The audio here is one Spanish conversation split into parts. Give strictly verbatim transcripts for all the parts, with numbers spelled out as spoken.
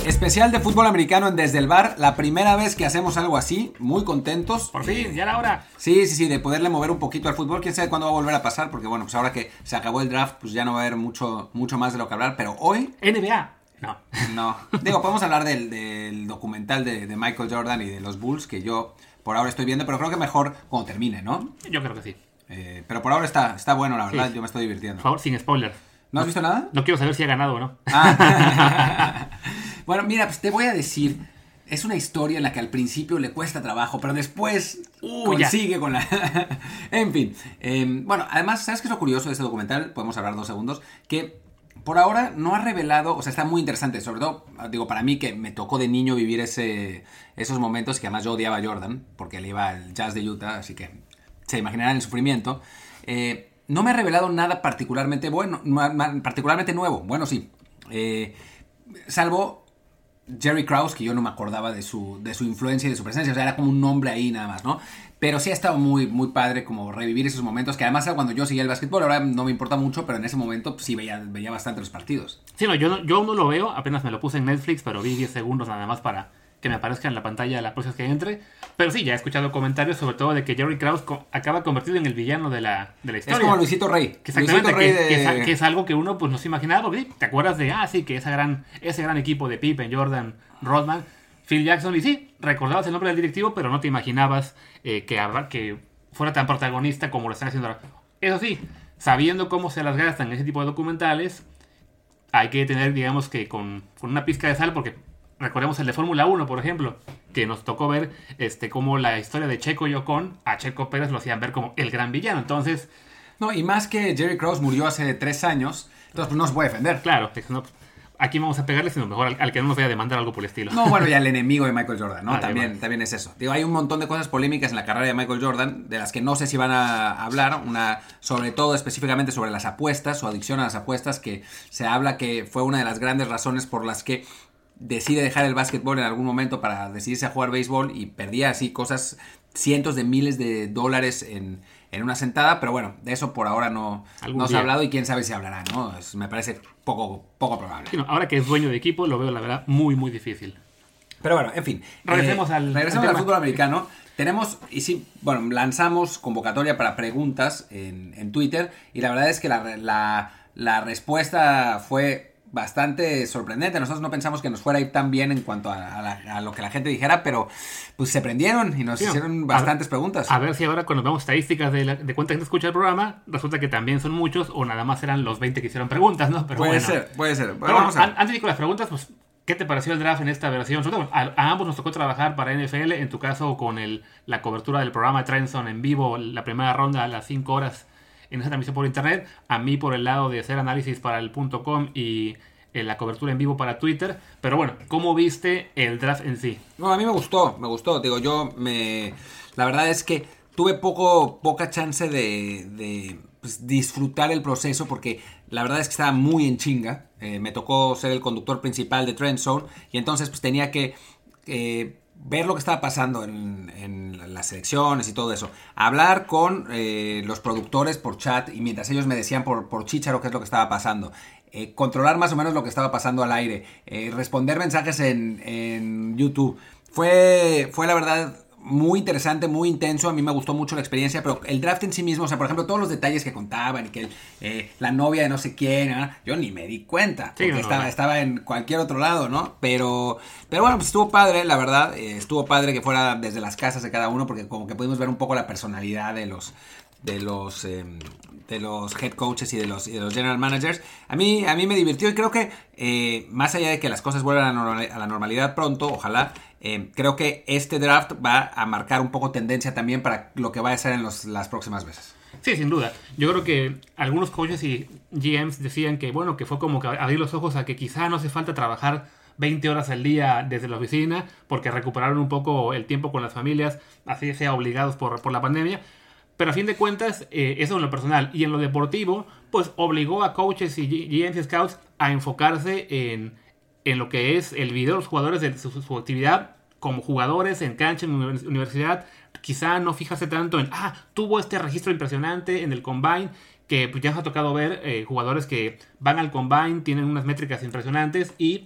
Especial de fútbol americano en Desde el Bar. La primera vez que hacemos algo así. Muy contentos. Por fin, ya era hora. Sí, sí, sí, de poderle mover un poquito al fútbol. Quién sabe cuándo va a volver a pasar. Porque bueno, pues ahora que se acabó el draft, pues ya no va a haber mucho, mucho más de lo que hablar. Pero hoy... N B A. No. No. Digo, podemos hablar del, del documental de, de Michael Jordan y de los Bulls, que yo por ahora estoy viendo, pero creo que mejor cuando termine, ¿no? Yo creo que sí. Eh, pero por ahora está, está bueno, la verdad. Sí. Yo me estoy divirtiendo. Por favor, sin spoilers. ¿No has visto nada? No quiero saber si ha ganado o no. Ah. Bueno, mira, pues te voy a decir, es una historia en la que al principio le cuesta trabajo, pero después uh, consigue ya. con la... En fin, eh, bueno, además, ¿sabes qué es lo curioso de este documental? Podemos hablar dos segundos, que por ahora no ha revelado, o sea, está muy interesante, sobre todo, digo, para mí que me tocó de niño vivir ese, esos momentos, que además yo odiaba a Jordan, porque le iba al Jazz de Utah, así que se imaginarán el sufrimiento. Eh, no me ha revelado nada particularmente bueno, particularmente nuevo, bueno, sí, eh, salvo Jerry Krause, que yo no me acordaba de su, de su influencia y de su presencia, o sea, era como un nombre ahí nada más, ¿no? Pero sí ha estado muy, muy padre como revivir esos momentos, que además era cuando yo seguía el básquetbol, ahora no me importa mucho, pero en ese momento sí veía, veía bastante los partidos. Sí, no, yo, no, yo aún no lo veo, apenas me lo puse en Netflix, pero vi diez segundos nada más para que me aparezca en la pantalla la próxima que entre. Pero sí, ya he escuchado comentarios sobre todo de que Jerry Krause co- acaba convertido en el villano de la, de la historia. Es como Luisito Rey. Que exactamente, Luisito Rey que, de... que, es, que es algo que uno pues no se imaginaba, porque ¿te acuerdas de, ah, sí, que esa gran, ese gran equipo de Pippen, Jordan, Rodman, Phil Jackson? Y sí, recordabas el nombre del directivo, pero no te imaginabas eh, que, que fuera tan protagonista como lo están haciendo ahora. Eso sí, sabiendo cómo se las gastan en ese tipo de documentales, hay que tener, digamos que con, con una pizca de sal, porque recordemos el de Fórmula uno, por ejemplo, que nos tocó ver este cómo la historia de Checo y Ocon, a Checo Pérez lo hacían ver como el gran villano. Entonces... No, y más que Jerry Krause murió hace tres años, entonces pues no se puede defender. Claro, no, aquí vamos a pegarle, sino mejor al, al que no nos vaya a demandar algo por el estilo. No, bueno, ya el enemigo de Michael Jordan, ¿no? Ah, también, bueno. también es eso. Digo, hay un montón de cosas polémicas en la carrera de Michael Jordan, de las que no sé si van a hablar, una sobre todo específicamente sobre las apuestas, su adicción a las apuestas, que se habla que fue una de las grandes razones por las que decide dejar el básquetbol en algún momento para decidirse a jugar béisbol y perdía así cosas, cientos de miles de dólares en, en una sentada, pero bueno, de eso por ahora no, no se ha hablado y quién sabe si hablará, ¿no? Es, me parece poco, poco probable. Sí, no, ahora que es dueño de equipo lo veo la verdad muy muy difícil. Pero bueno, en fin. Regresemos eh, al, regresemos al, al fútbol americano. Tenemos, y sí, bueno, lanzamos convocatoria para preguntas en, en Twitter y la verdad es que la, la, la respuesta fue bastante sorprendente. Nosotros no pensamos que nos fuera a ir tan bien en cuanto a, a, la, a lo que la gente dijera, pero pues se prendieron y nos sí, hicieron bastantes a, preguntas. A ver si ahora cuando vemos estadísticas de, la, de cuánta gente escucha el programa, resulta que también son muchos o nada más eran los veinte que hicieron preguntas, ¿no? Pero puede bueno. ser, puede ser. Pero vamos bueno, a... Antes de ir con las preguntas, pues, ¿qué te pareció el draft en esta versión? Sobre todo, a, a ambos nos tocó trabajar para N F L, en tu caso con el, la cobertura del programa de Trenson en vivo, la primera ronda a las cinco horas en esa transmisión por internet, a mí por el lado de hacer análisis para el punto com y en la cobertura en vivo para Twitter. Pero bueno, ¿cómo viste el draft en sí? No, a mí me gustó, me gustó. Digo, yo me... La verdad es que tuve poco, poca chance de, de pues, disfrutar el proceso porque la verdad es que estaba muy en chinga. Eh, me tocó ser el conductor principal de Trend Zone y entonces pues tenía que... Eh, ver lo que estaba pasando en, en las selecciones y todo eso, hablar con eh, los productores por chat y mientras ellos me decían por, por chícharo qué es lo que estaba pasando, eh, controlar más o menos lo que estaba pasando al aire, eh, responder mensajes en, en YouTube, fue, fue la verdad muy interesante, muy intenso. A mí me gustó mucho la experiencia, pero el draft en sí mismo, o sea, por ejemplo, todos los detalles que contaban y que eh, la novia de no sé quién, ¿eh? Yo ni me di cuenta, porque sí, no, estaba, no. estaba en cualquier otro lado, ¿no? Pero, pero bueno, pues estuvo padre, la verdad, eh, estuvo padre que fuera desde las casas de cada uno, porque como que pudimos ver un poco la personalidad de los de los eh, de los head coaches y de los, y de los general managers. A mí, a mí me divirtió y creo que eh, más allá de que las cosas vuelvan a, normal, a la normalidad pronto, ojalá, eh, creo que este draft va a marcar un poco tendencia también para lo que va a ser en los, las próximas veces. Sí, sin duda. Yo creo que algunos coaches y G Ms decían que, bueno, que fue como que abrir los ojos a que quizá no hace falta trabajar veinte horas al día desde la oficina porque recuperaron un poco el tiempo con las familias, así sea obligados por, por la pandemia. Pero a fin de cuentas, eh, eso en lo personal. Y en lo deportivo, pues obligó a coaches y G Ms y scouts a enfocarse en, en lo que es el video de los jugadores, de su, su actividad como jugadores en cancha, en universidad. Quizá no fijarse tanto en, ah, tuvo este registro impresionante en el Combine, que pues, ya nos ha tocado ver eh, jugadores que van al Combine, tienen unas métricas impresionantes y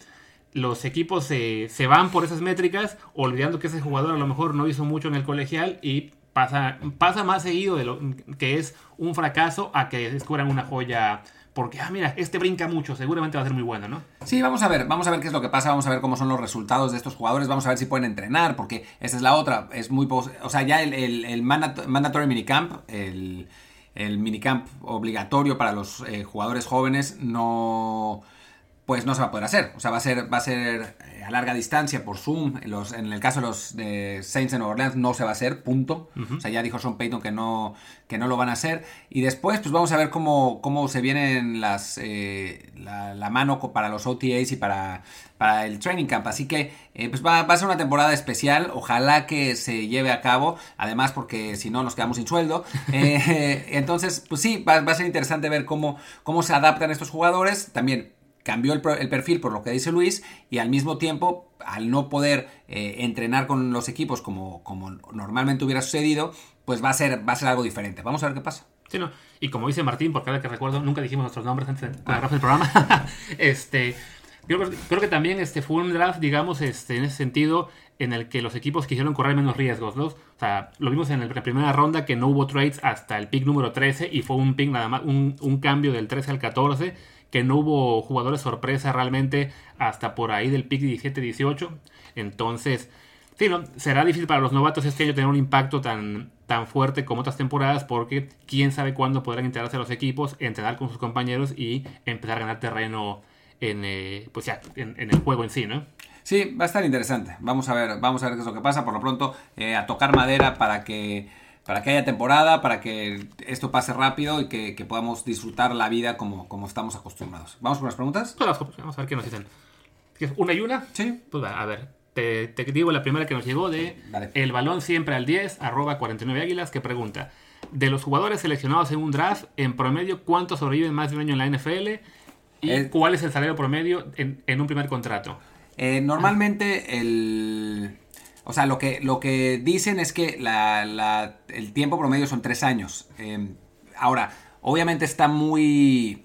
los equipos se, se van por esas métricas, olvidando que ese jugador a lo mejor no hizo mucho en el colegial y pasa, pasa más seguido de lo que es un fracaso a que descubran una joya. Porque, ah, mira, este brinca mucho, seguramente va a ser muy bueno, ¿no? Sí, vamos a ver, vamos a ver qué es lo que pasa, vamos a ver cómo son los resultados de estos jugadores, vamos a ver si pueden entrenar, porque esa es la otra, es muy... Pos- o sea, ya el, el, el mandat- mandatory minicamp, el, el minicamp obligatorio para los eh, jugadores jóvenes, no... pues no se va a poder hacer. O sea, va a ser, va a ser a larga distancia por Zoom. En, los, en el caso de los de Saints en Nueva Orleans no se va a hacer, punto. Uh-huh. O sea, ya dijo Sean Payton que no, que no lo van a hacer. Y después, pues vamos a ver cómo, cómo se vienen las eh, la, la mano para los O T As y para, para el training camp. Así que eh, pues va, va a ser una temporada especial. Ojalá que se lleve a cabo. Además, porque si no nos quedamos sin sueldo. Eh, entonces, pues sí, va, va a ser interesante ver cómo, cómo se adaptan estos jugadores. También cambió el, el perfil por lo que dice Luis y al mismo tiempo, al no poder eh, entrenar con los equipos como, como normalmente hubiera sucedido, pues va a ser va a ser algo diferente. Vamos a ver qué pasa. Sí, no. Y como dice Martín, porque ahora que recuerdo, nunca dijimos nuestros nombres antes de agarrar el programa. este, creo, creo que también este fue un draft, digamos, este, en ese sentido, en el que los equipos quisieron correr menos riesgos, ¿no? O sea, lo vimos en el, la primera ronda que no hubo trades hasta el pick número trece y fue un pick nada más, un, un cambio del trece al catorce, que no hubo jugadores sorpresa realmente hasta por ahí del pick diecisiete dieciocho. Entonces, sí, ¿no? Será difícil para los novatos este año tener un impacto tan, tan fuerte como otras temporadas, porque quién sabe cuándo podrán integrarse a los equipos, entrenar con sus compañeros y empezar a ganar terreno en, eh, pues ya, en, en el juego en sí, ¿no? Sí, va a estar interesante. Vamos a ver, vamos a ver qué es lo que pasa. Por lo pronto, eh, a tocar madera para que para que haya temporada, para que esto pase rápido y que, que podamos disfrutar la vida como, como estamos acostumbrados. ¿Vamos con las preguntas? Pues vamos a ver qué nos dicen. ¿Una y una? Sí. Pues a ver, te, te digo la primera que nos llegó de Dale. El Balón Siempre al diez, arroba cuarenta y nueve águilas, que pregunta: de los jugadores seleccionados en un draft, en promedio, ¿cuántos sobreviven más de un año en la N F L? ¿Y eh, cuál es el salario promedio en, en un primer contrato? Eh, normalmente el... O sea, lo que, lo que dicen es que la, la, el tiempo promedio son tres años. Eh, ahora, obviamente está muy...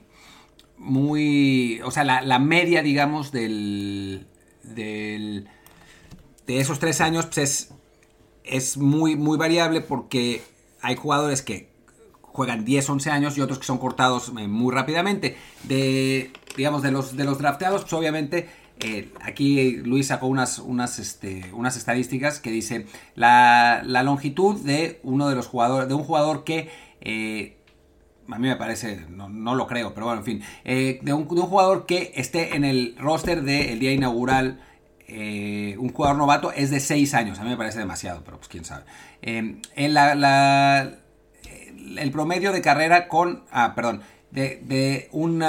Muy... O sea, la, la media, digamos, del, del... de esos tres años pues es, es muy, muy variable porque hay jugadores que juegan diez, once años y otros que son cortados eh, muy rápidamente. De, digamos, de los, de los drafteados, pues obviamente... Eh, aquí Luis sacó unas, unas, este, unas estadísticas que dice la, la longitud de uno de los jugadores, de un jugador que eh, a mí me parece, no, no lo creo, pero bueno, en fin, eh, de, un, de un jugador que esté en el roster del día inaugural, eh, un jugador novato, es de seis años. A mí me parece demasiado, pero pues quién sabe. Eh, en la, la, el promedio de carrera con, ah, perdón, de, de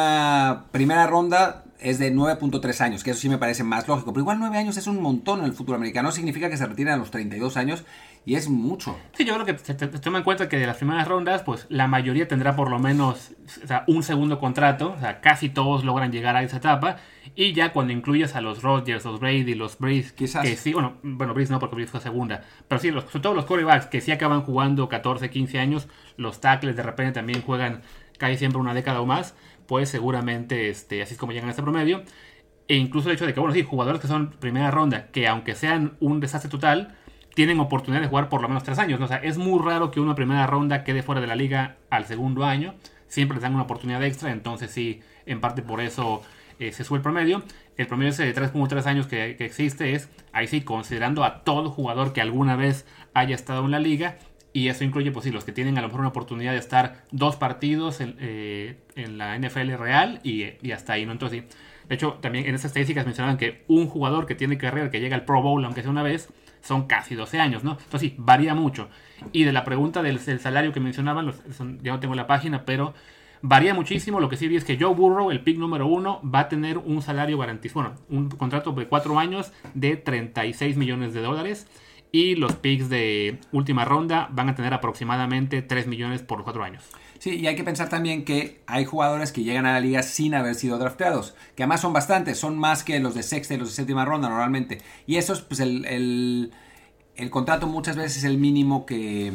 una primera ronda es de nueve punto tres años, que eso sí me parece más lógico. Pero igual nueve años es un montón en el fútbol americano. Significa que se retiran a los treinta y dos años y es mucho. Sí, yo creo que se toma en cuenta que de las primeras rondas, pues la mayoría tendrá por lo menos, o sea, un segundo contrato. O sea, casi todos logran llegar a esa etapa. Y ya cuando incluyes a los Rodgers, los Brady, los Breeze, quizás. Que sí, bueno, bueno, Breeze no, porque Breeze fue segunda. Pero sí, los, sobre todo los quarterbacks que sí acaban jugando catorce, quince años. Los tackles de repente también juegan casi siempre una década o más. Pues seguramente este, así es como llegan a este promedio. E incluso el hecho de que, bueno, sí, jugadores que son primera ronda, que aunque sean un desastre total, tienen oportunidad de jugar por lo menos tres años, ¿no? O sea, es muy raro que una primera ronda quede fuera de la liga al segundo año. Siempre les dan una oportunidad extra, entonces sí, en parte por eso eh, se sube el promedio. El promedio ese de tres punto tres años que, que existe es, ahí sí, considerando a todo jugador que alguna vez haya estado en la liga. Y eso incluye, pues sí, los que tienen a lo mejor una oportunidad de estar dos partidos en, eh, en la N F L real y, y hasta ahí, ¿no? Entonces sí. De hecho, también en esas estadísticas mencionaban que un jugador que tiene carrera, que llega al Pro Bowl, aunque sea una vez, son casi doce años, ¿no? Entonces sí, varía mucho. Y de la pregunta del, del salario que mencionaban, los, son, ya no tengo la página, pero varía muchísimo. Lo que sí vi es que Joe Burrow, el pick número uno, va a tener un salario garantizado, bueno, un contrato de cuatro años de treinta y seis millones de dólares. Y los picks de última ronda van a tener aproximadamente tres millones por cuatro años. Sí, y hay que pensar también que hay jugadores que llegan a la liga sin haber sido drafteados, que además son bastantes, son más que los de sexta y los de séptima ronda normalmente. Y eso es, pues, el, el, el contrato muchas veces es el mínimo que,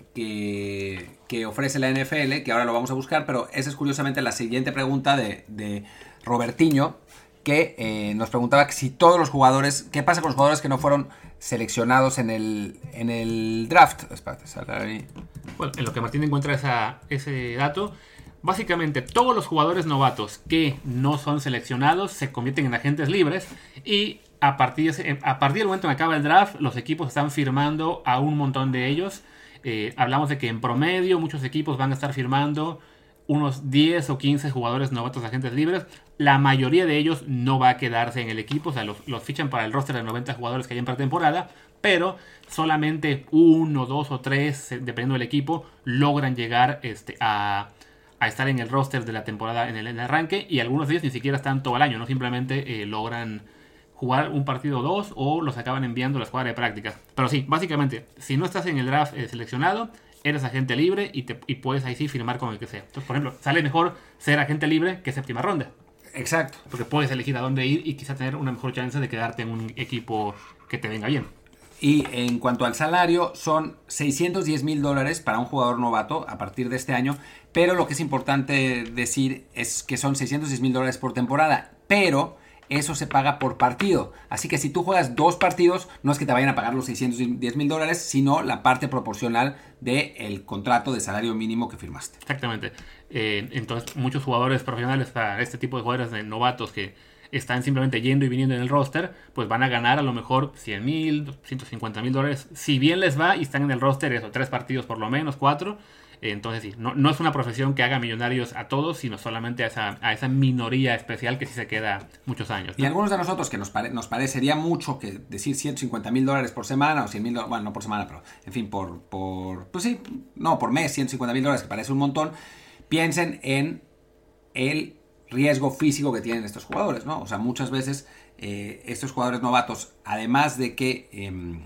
que, que ofrece la N F L, que ahora lo vamos a buscar, pero esa es curiosamente la siguiente pregunta de, de Robertiño, que eh, nos preguntaba que si todos los jugadores, ¿qué pasa con los jugadores que no fueron seleccionados en el, en el draft? Espérate, sale ahí. Bueno, en lo que Martín encuentra esa, ese dato, básicamente todos los jugadores novatos que no son seleccionados se convierten en agentes libres y a partir, a partir del momento en que acaba el draft, los equipos están firmando a un montón de ellos. Eh, hablamos de que en promedio muchos equipos van a estar firmando unos diez o quince jugadores novatos agentes libres. La mayoría de ellos no va a quedarse en el equipo, o sea, los, los fichan para el roster de noventa jugadores que hay en pretemporada, pero solamente uno, dos o tres, dependiendo del equipo, logran llegar este, a, a estar en el roster de la temporada en el, en el arranque, y algunos de ellos ni siquiera están todo el año, no simplemente eh, logran jugar un partido o dos o los acaban enviando a la escuadra de prácticas. Pero sí, básicamente, si no estás en el draft eh, seleccionado, eres agente libre y, te, y puedes ahí sí firmar con el que sea. Entonces, por ejemplo, sale mejor ser agente libre que séptima ronda. Exacto. Porque puedes elegir a dónde ir y quizá tener una mejor chance de quedarte en un equipo que te venga bien. Y en cuanto al salario, son seiscientos diez mil dólares para un jugador novato a partir de este año. Pero lo que es importante decir es que son seiscientos diez mil dólares por temporada. Pero eso se paga por partido. Así que si tú juegas dos partidos, no es que te vayan a pagar los seiscientos diez mil dólares, sino la parte proporcional del contrato de salario mínimo que firmaste. Exactamente. Eh, entonces, muchos jugadores profesionales, para este tipo de jugadores de novatos que están simplemente yendo y viniendo en el roster, pues van a ganar a lo mejor cien mil, ciento cincuenta mil dólares. Si bien les va y están en el roster, eso, tres partidos por lo menos, cuatro. Entonces sí, no, no es una profesión que haga millonarios a todos, sino solamente a esa, a esa minoría especial que sí se queda muchos años, ¿no? Y algunos de nosotros que nos, pare, nos parecería mucho que decir ciento cincuenta mil dólares por semana o cien mil dólares, bueno, no por semana, pero en fin, por, por pues sí, no, por mes, ciento cincuenta mil dólares, que parece un montón. Piensen en el riesgo físico que tienen estos jugadores, ¿no? O sea, muchas veces eh, estos jugadores novatos, además de que, eh,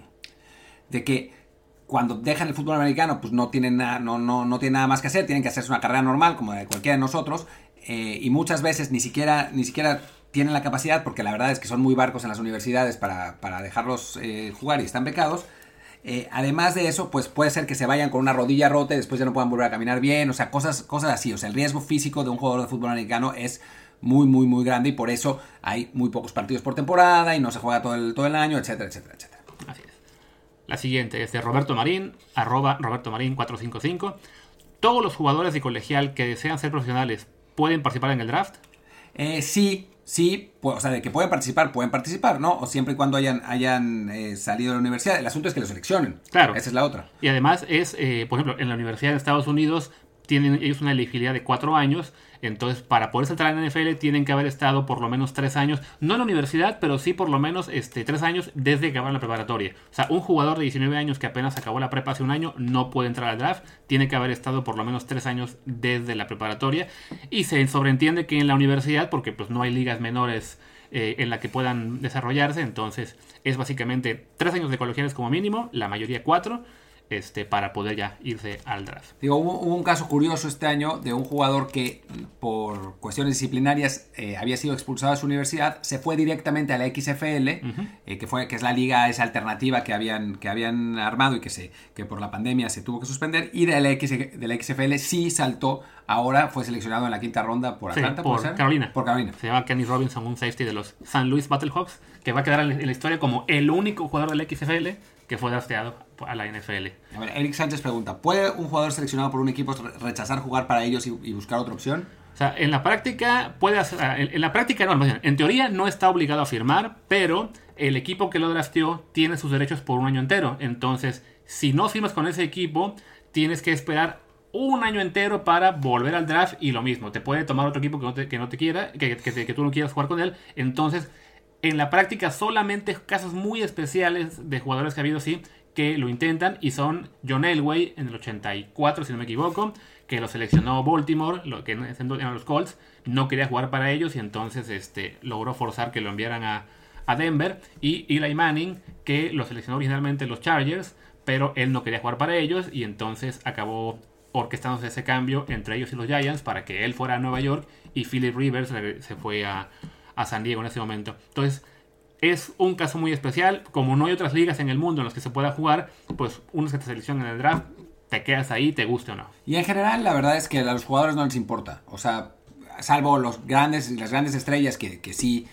de que cuando dejan el fútbol americano, pues no tienen, nada, no, no, no tienen nada más que hacer, tienen que hacerse una carrera normal, como la de cualquiera de nosotros, eh, y muchas veces ni siquiera, ni siquiera tienen la capacidad, porque la verdad es que son muy barcos en las universidades para, para dejarlos eh, jugar y están becados. Eh, además de eso, pues puede ser que se vayan con una rodilla rota y después ya no puedan volver a caminar bien, o sea, cosas, cosas así. O sea, el riesgo físico de un jugador de fútbol americano es muy, muy, muy grande, y por eso hay muy pocos partidos por temporada y no se juega todo el, todo el año, etcétera, etcétera, etcétera. Así es. La siguiente es de Roberto Marín, arroba Roberto Marín cuatro cinco cinco. ¿Todos los jugadores de colegial que desean ser profesionales pueden participar en el draft? Eh, sí, sí, pues, o sea, de que pueden participar, pueden participar, ¿no? O siempre y cuando hayan, hayan eh, salido de la universidad. El asunto es que lo seleccionen. Claro. Esa es la otra. Y además es, eh, por ejemplo, en la Universidad de Estados Unidos tienen ellos una elegibilidad de cuatro años. Entonces, para poder entrar en la N F L tienen que haber estado por lo menos tres años, no en la universidad, pero sí por lo menos este, tres años desde que acabaron la preparatoria. O sea, un jugador de diecinueve años que apenas acabó la prepa hace un año no puede entrar al draft, tiene que haber estado por lo menos tres años desde la preparatoria. Y se sobreentiende que en la universidad, porque pues no hay ligas menores eh, en la que puedan desarrollarse, entonces es básicamente tres años de colegiales como mínimo, la mayoría cuatro. Este, para poder ya irse al draft. Digo, hubo, hubo un caso curioso este año de un jugador que por cuestiones disciplinarias eh, había sido expulsado de su universidad, se fue directamente a la X F L, uh-huh. eh, que fue que es la liga esa alternativa que habían, que habían armado y que, se, que por la pandemia se tuvo que suspender, y de la, X, de la X F L sí saltó, ahora fue seleccionado en la quinta ronda por Atlanta. Sí, por ser? Carolina. Por Carolina. Se llama Kenny Robinson, un safety de los Saint Louis Battlehawks, que va a quedar en la historia como el único jugador de la X F L que fue drafteado a la N F L. A ver, Eric Sánchez pregunta, ¿puede un jugador seleccionado por un equipo rechazar jugar para ellos y, y buscar otra opción? O sea, en la práctica puede hacer, en, en la práctica no, en teoría no está obligado a firmar, pero el equipo que lo drafteó tiene sus derechos por un año entero. Entonces, si no firmas con ese equipo, tienes que esperar un año entero para volver al draft, y lo mismo, te puede tomar otro equipo que no te, que no te quiera, que, que, que, que tú no quieras jugar con él. Entonces, en la práctica solamente casos muy especiales de jugadores que ha habido así que lo intentan, y son John Elway en el ochenta y cuatro, si no me equivoco, que lo seleccionó Baltimore, lo que eran los Colts, no quería jugar para ellos y entonces este, logró forzar que lo enviaran a, a Denver, y Eli Manning, que lo seleccionó originalmente los Chargers, pero él no quería jugar para ellos y entonces acabó orquestándose ese cambio entre ellos y los Giants para que él fuera a Nueva York y Philip Rivers se fue a, a San Diego en ese momento. Entonces es un caso muy especial. Como no hay otras ligas en el mundo en las que se pueda jugar, pues unos que te seleccionan en el draft, te quedas ahí, te guste o no. Y en general la verdad es que a los jugadores no les importa. O sea, salvo los grandes, las grandes estrellas que, que sí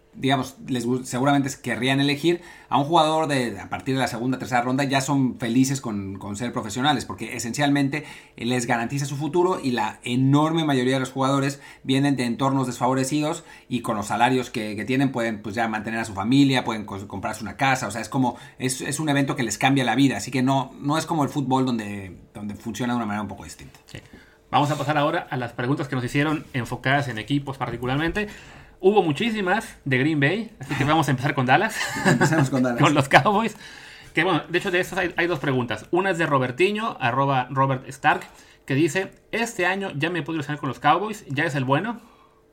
digamos, les seguramente querrían elegir a un jugador de a partir de la segunda, tercera ronda, ya son felices con, con ser profesionales, porque esencialmente les garantiza su futuro y la enorme mayoría de los jugadores vienen de entornos desfavorecidos y con los salarios que, que tienen pueden pues ya mantener a su familia, pueden co- comprarse una casa, o sea, es como, es, es un evento que les cambia la vida, así que no, no es como el fútbol donde, donde funciona de una manera un poco distinta. Sí. Vamos a pasar ahora a las preguntas que nos hicieron enfocadas en equipos particularmente. Hubo muchísimas de Green Bay, así que vamos a empezar con Dallas. Empecemos con Dallas. Con los Cowboys. Que bueno, de hecho de estas hay, hay dos preguntas. Una es de Robertiño, arroba Robert Stark, que dice, este año ya me puedo ilusionar con los Cowboys, ya es el bueno.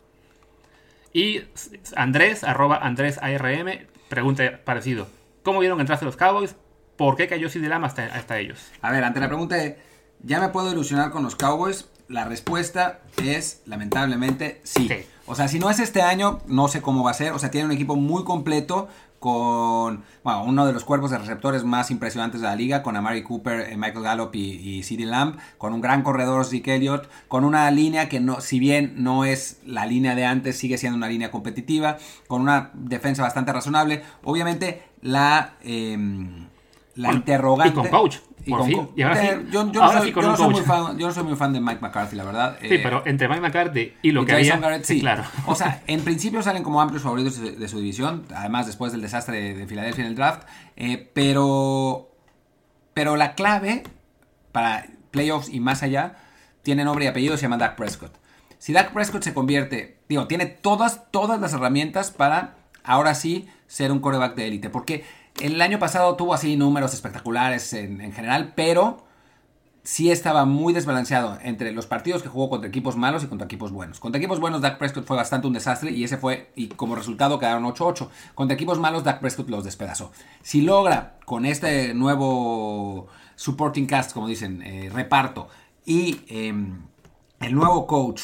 Y Andrés, arroba Andrés A R M, pregunta parecido. ¿Cómo vieron entrarse los Cowboys? ¿Por qué cayó C D Lamb hasta, hasta ellos? A ver, ante la pregunta de, ¿ya me puedo ilusionar con los Cowboys? La respuesta es, lamentablemente, sí. sí. O sea, si no es este año, no sé cómo va a ser. O sea, tiene un equipo muy completo con, bueno, uno de los cuerpos de receptores más impresionantes de la liga, con Amari Cooper, Michael Gallup y, y CeeDee Lamb, con un gran corredor, Zeke Elliott, con una línea que, no, si bien no es la línea de antes, sigue siendo una línea competitiva, con una defensa bastante razonable. Obviamente, la, eh, la con, interrogante... Y con coach. Y con, fin. Y ahora eh, sí, yo, yo, ahora no soy, sí con yo, un no soy coach. muy fan, yo no soy muy fan de Mike McCarthy, la verdad. Sí, eh, pero entre Mike McCarthy y lo y que Jason había... Garrett, sí. sí, claro. O sea, en principio salen como amplios favoritos de, de su división, además después del desastre de, de Filadelfia en el draft, eh, pero, pero la clave para playoffs y más allá tiene nombre y apellido, se llama Dak Prescott. Si Dak Prescott se convierte, digo, tiene todas, todas las herramientas para ahora sí ser un quarterback de élite, porque el año pasado tuvo así números espectaculares en, en general, pero sí estaba muy desbalanceado entre los partidos que jugó contra equipos malos y contra equipos buenos. Contra equipos buenos Dak Prescott fue bastante un desastre y ese fue, y como resultado quedaron ocho ocho. Contra equipos malos Dak Prescott los despedazó. Si logra con este nuevo supporting cast, como dicen, eh, reparto, y eh, el nuevo coach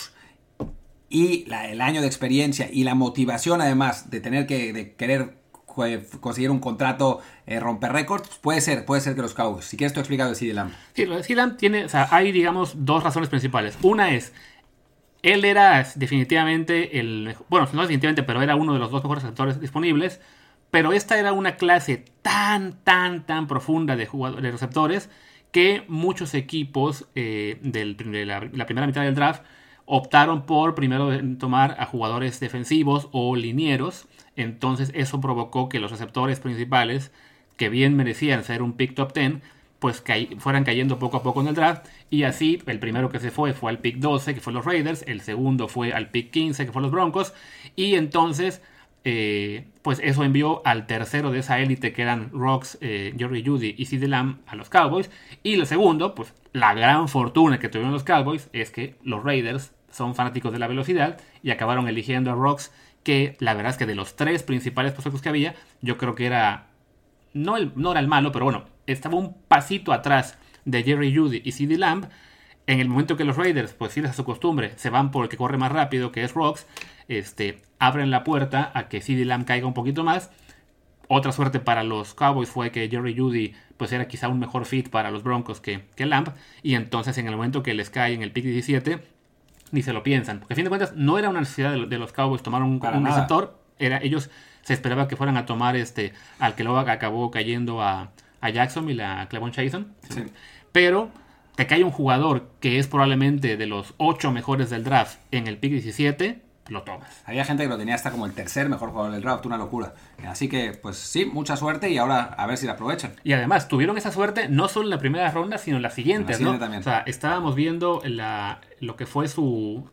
y la, el año de experiencia y la motivación además de tener que de querer conseguir un contrato, eh, romper récords, puede ser, puede ser que los Cowboys. Si quieres tú explica lo de CeeDee Lamb. Sí, lo de CeeDee Lamb tiene, o sea, hay digamos dos razones principales. Una es, él era definitivamente el, bueno, no definitivamente, pero era uno de los dos mejores receptores disponibles, pero esta era una clase tan, tan, tan profunda de jugadores, de receptores, que muchos equipos eh, del, de la, la primera mitad del draft optaron por primero tomar a jugadores defensivos o linieros. Entonces eso provocó que los receptores principales, que bien merecían ser un pick top diez, pues ca- fueran cayendo poco a poco en el draft. Y así el primero que se fue fue al pick doce, que fue los Raiders. El segundo fue al pick quince, que fue los Broncos. Y entonces eh, pues eso envió al tercero de esa élite, que eran Rocks, eh, Jerry Jeudy y CeeDee Lamb, a los Cowboys. Y el segundo, pues la gran fortuna que tuvieron los Cowboys es que los Raiders son fanáticos de la velocidad y acabaron eligiendo a Rocks, que la verdad es que de los tres principales prospectos que había, yo creo que era, no, el, no era el malo, pero bueno, estaba un pasito atrás de Jerry Jeudy y CeeDee Lamb. En el momento que los Raiders, pues fieles a su costumbre, se van por el que corre más rápido, que es Rocks, este, abren la puerta a que CeeDee Lamb caiga un poquito más. Otra suerte para los Cowboys fue que Jerry Jeudy pues era quizá un mejor fit para los Broncos que, que Lamb, y entonces en el momento que les cae en el pick diecisiete, ni se lo piensan, porque a fin de cuentas no era una necesidad de, de los Cowboys tomar un, un receptor, era, ellos se esperaba que fueran a tomar este al que luego acabó cayendo a, a Jacksonville, a Clavon Chaisson, sí. Pero te cae un jugador que es probablemente de los ocho mejores del draft en el pick diecisiete, lo tomas. Había gente que lo tenía hasta como el tercer mejor jugador del draft, una locura. Así que, pues sí, mucha suerte y ahora a ver si la aprovechan. Y además, tuvieron esa suerte no solo en la primera ronda, sino en las siguientes, en la ¿no? También. O sea, estábamos viendo la, lo que fue su,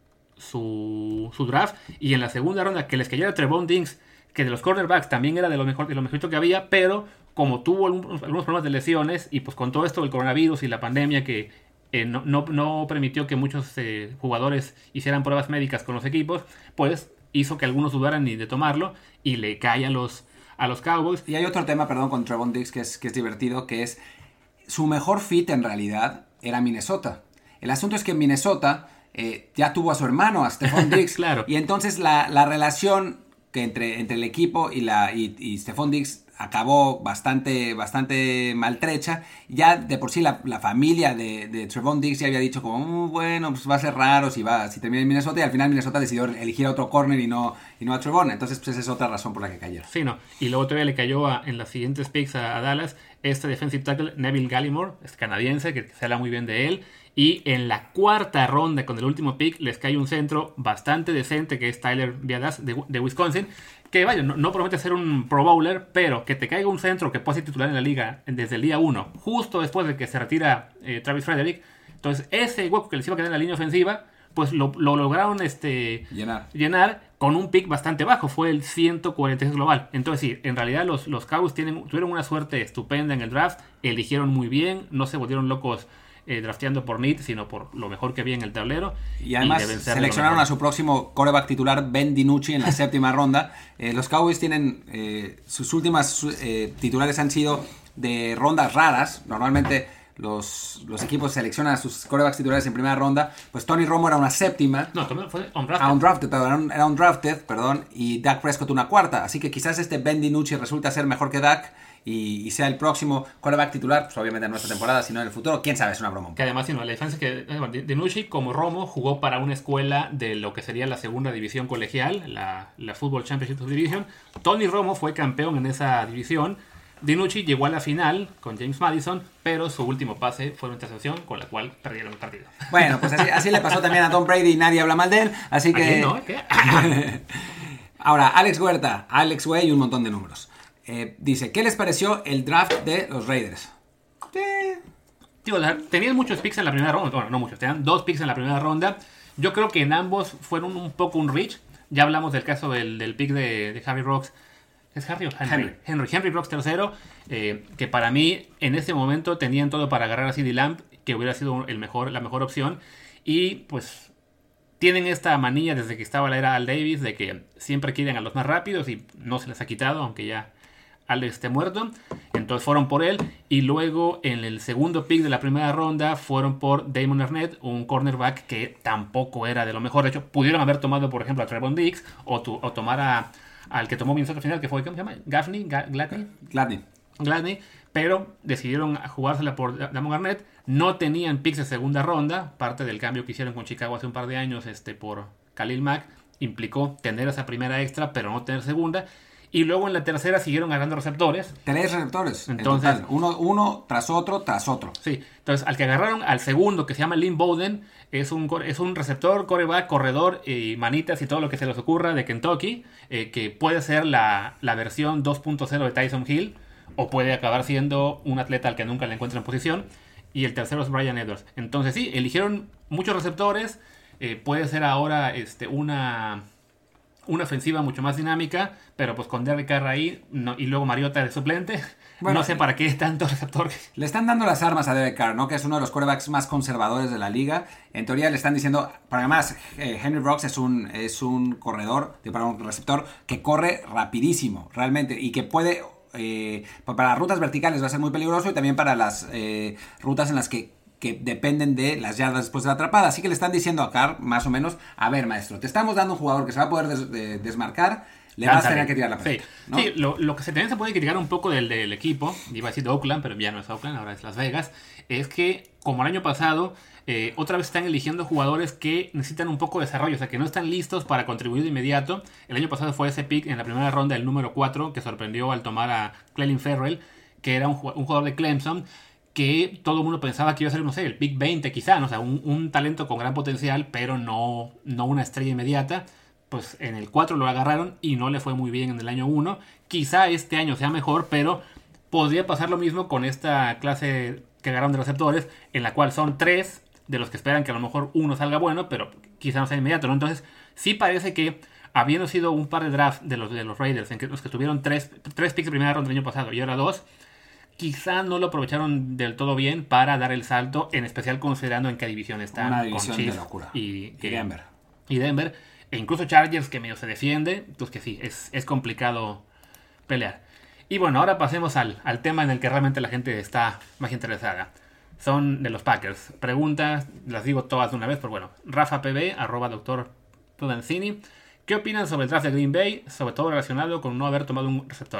su, su draft, y en la segunda ronda que les cayera Trevon Diggs, que de los cornerbacks también era de lo mejor, de lo mejorito que había, pero como tuvo algunos, algunos problemas de lesiones, y pues con todo esto del coronavirus y la pandemia que Eh, no, no, no permitió que muchos eh, jugadores hicieran pruebas médicas con los equipos, pues hizo que algunos dudaran ni de tomarlo y le cae a los, a los Cowboys. Y hay otro tema, perdón, con Trevon Diggs que es, que es divertido, que es su mejor fit en realidad era Minnesota. El asunto es que en Minnesota eh, ya tuvo a su hermano, a Stephon Diggs. Claro. Y entonces la, la relación que entre, entre el equipo y, la, y, y Stephon Diggs acabó bastante, bastante maltrecha. Ya de por sí la, la familia de, de Trevon Diggs ya había dicho como, mm, bueno, pues va a ser raro si va, si termina en Minnesota, y al final Minnesota decidió elegir a otro corner y no, y no a Trevon. Entonces, pues esa es otra razón por la que cayeron. Sí, no. Y luego todavía le cayó a, en las siguientes picks a, a Dallas este defensive tackle Neville Gallimore, es canadiense, que se habla muy bien de él. Y en la cuarta ronda, con el último pick, les cae un centro bastante decente, que es Tyler Biadasz de, de Wisconsin. Que vaya, no, no promete ser un Pro Bowler, pero que te caiga un centro que pueda ser titular en la liga desde el día uno, justo después de que se retira eh, Travis Frederick. Entonces, ese hueco que les iba a quedar en la línea ofensiva, pues lo, lo lograron este, llenar. llenar con un pick bastante bajo. Fue el ciento cuarenta y seis global. Entonces, sí, en realidad los, los Cowboys tienen, tuvieron una suerte estupenda en el draft. Eligieron muy bien, no se volvieron locos Eh, drafteando por need, sino por lo mejor que había en el tablero. Y además y seleccionaron a su próximo quarterback titular, Ben DiNucci, en la séptima ronda. Eh, los Cowboys tienen eh, sus últimas eh, titulares han sido de rondas raras. Normalmente los, los equipos seleccionan a sus quarterbacks titulares en primera ronda. Pues Tony Romo era una séptima. No, fue undrafted. Ah, undrafted, perdón, era undrafted, perdón, y Dak Prescott una cuarta. Así que quizás este Ben DiNucci resulta ser mejor que Dak y, y sea el próximo quarterback titular, pues obviamente en nuestra temporada, sino en el futuro. Quién sabe, es una broma. Que además, sí, no, la diferencia es que bueno, DiNucci, como Romo, jugó para una escuela de lo que sería la segunda división colegial, la, la Football Championship Division. Tony Romo fue campeón en esa división. DiNucci llegó a la final con James Madison, pero su último pase fue una intercepción con la cual perdieron el partido. Bueno, pues así, así le pasó también a Tom Brady y nadie habla mal de él, así que... ¿No? ¿Qué? Ahora, Alex Huerta, Alex Way y un montón de números. Eh, dice, ¿qué les pareció el draft de los Raiders? Eh. Tío, tenían muchos picks en la primera ronda, bueno, no muchos, tenían dos picks en la primera ronda. Yo creo que en ambos fueron un poco un reach. Ya hablamos del caso del, del pick de, de Harry Rocks. ¿Es Harry o Henry? Henry, Henry, Henry Rocks tercero, eh, que para mí en ese momento tenían todo para agarrar a CeeDee Lamb, que hubiera sido el mejor, la mejor opción. Y pues tienen esta manía desde que estaba la era Al Davis de que siempre quieren a los más rápidos y no se les ha quitado, aunque ya Al esté muerto. Entonces fueron por él. Y luego en el segundo pick de la primera ronda fueron por Damon Arnett, un cornerback que tampoco era de lo mejor. De hecho, pudieron haber tomado, por ejemplo, a Trevon Diggs o, tu, o tomar a... al que tomó Minnesota al final, que fue, ¿cómo se llama? Gaffney, Gladney. Gladney. Gladney, pero decidieron jugársela por Damon Arnett. No tenían picks de segunda ronda, parte del cambio que hicieron con Chicago hace un par de años este, por Khalil Mack, implicó tener esa primera extra, pero no tener segunda. Y luego en la tercera siguieron ganando receptores. Tres receptores. Entonces, en total. Uno, uno tras otro, tras otro. Sí. Entonces, al que agarraron al segundo, que se llama Lynn Bowden, es un, es un receptor, coreback, corredor y manitas y todo lo que se les ocurra de Kentucky, eh, que puede ser la, la versión dos punto cero de Tyson Hill, o puede acabar siendo un atleta al que nunca le encuentran posición. Y el tercero es Brian Edwards. Entonces, sí, eligieron muchos receptores. Eh, puede ser ahora este, una... una ofensiva mucho más dinámica, pero pues con Derek Carr ahí no, y luego Mariota de suplente, bueno, no sé para qué tanto receptor. Le están dando las armas a Derek Carr, ¿no? Que es uno de los quarterbacks más conservadores de la liga. En teoría le están diciendo, para además eh, Henry Rocks es un, es un corredor, para un receptor que corre rapidísimo, realmente, y que puede, eh, para las rutas verticales va a ser muy peligroso y también para las eh, rutas en las que que dependen de las yardas después de la atrapada. Así que le están diciendo a Carr, más o menos, a ver, maestro, te estamos dando un jugador que se va a poder des- de- desmarcar, le vas a tener que tirar la pelota. Sí, ¿no? sí lo, lo que se también se puede criticar un poco del, del equipo, iba a decir de Oakland, pero ya no es Oakland, ahora es Las Vegas, es que, como el año pasado, eh, otra vez están eligiendo jugadores que necesitan un poco de desarrollo, o sea, que no están listos para contribuir de inmediato. El año pasado fue ese pick en la primera ronda, el número cuatro, que sorprendió al tomar a Clelin Ferrell, que era un, un jugador de Clemson, que todo el mundo pensaba que iba a ser, no sé, el pick veinte quizá, ¿no? O sea, un, un talento con gran potencial, pero no, no una estrella inmediata. Pues en el cuatro lo agarraron y no le fue muy bien en el año uno. Quizá este año sea mejor, pero podría pasar lo mismo con esta clase que agarraron de receptores, en la cual son tres de los que esperan que a lo mejor uno salga bueno, pero quizá no sea inmediato, ¿no? Entonces, sí parece que habiendo sido un par de draft de los, de los Raiders, en que los que tuvieron tres, tres picks de primera ronda el año pasado y ahora dos, quizá no lo aprovecharon del todo bien para dar el salto, en especial considerando en qué división están. Una división con Chiefs de locura. Y, que, y Denver. Y Denver. E incluso Chargers, que medio se defiende. Pues que sí, es, es complicado pelear. Y bueno, ahora pasemos al, al tema en el que realmente la gente está más interesada. Son de los Packers. Preguntas, las digo todas de una vez, pero bueno. Rafa P B, arroba doctor Prudencini. ¿Qué opinan sobre el draft de Green Bay? Sobre todo relacionado con no haber tomado un receptor.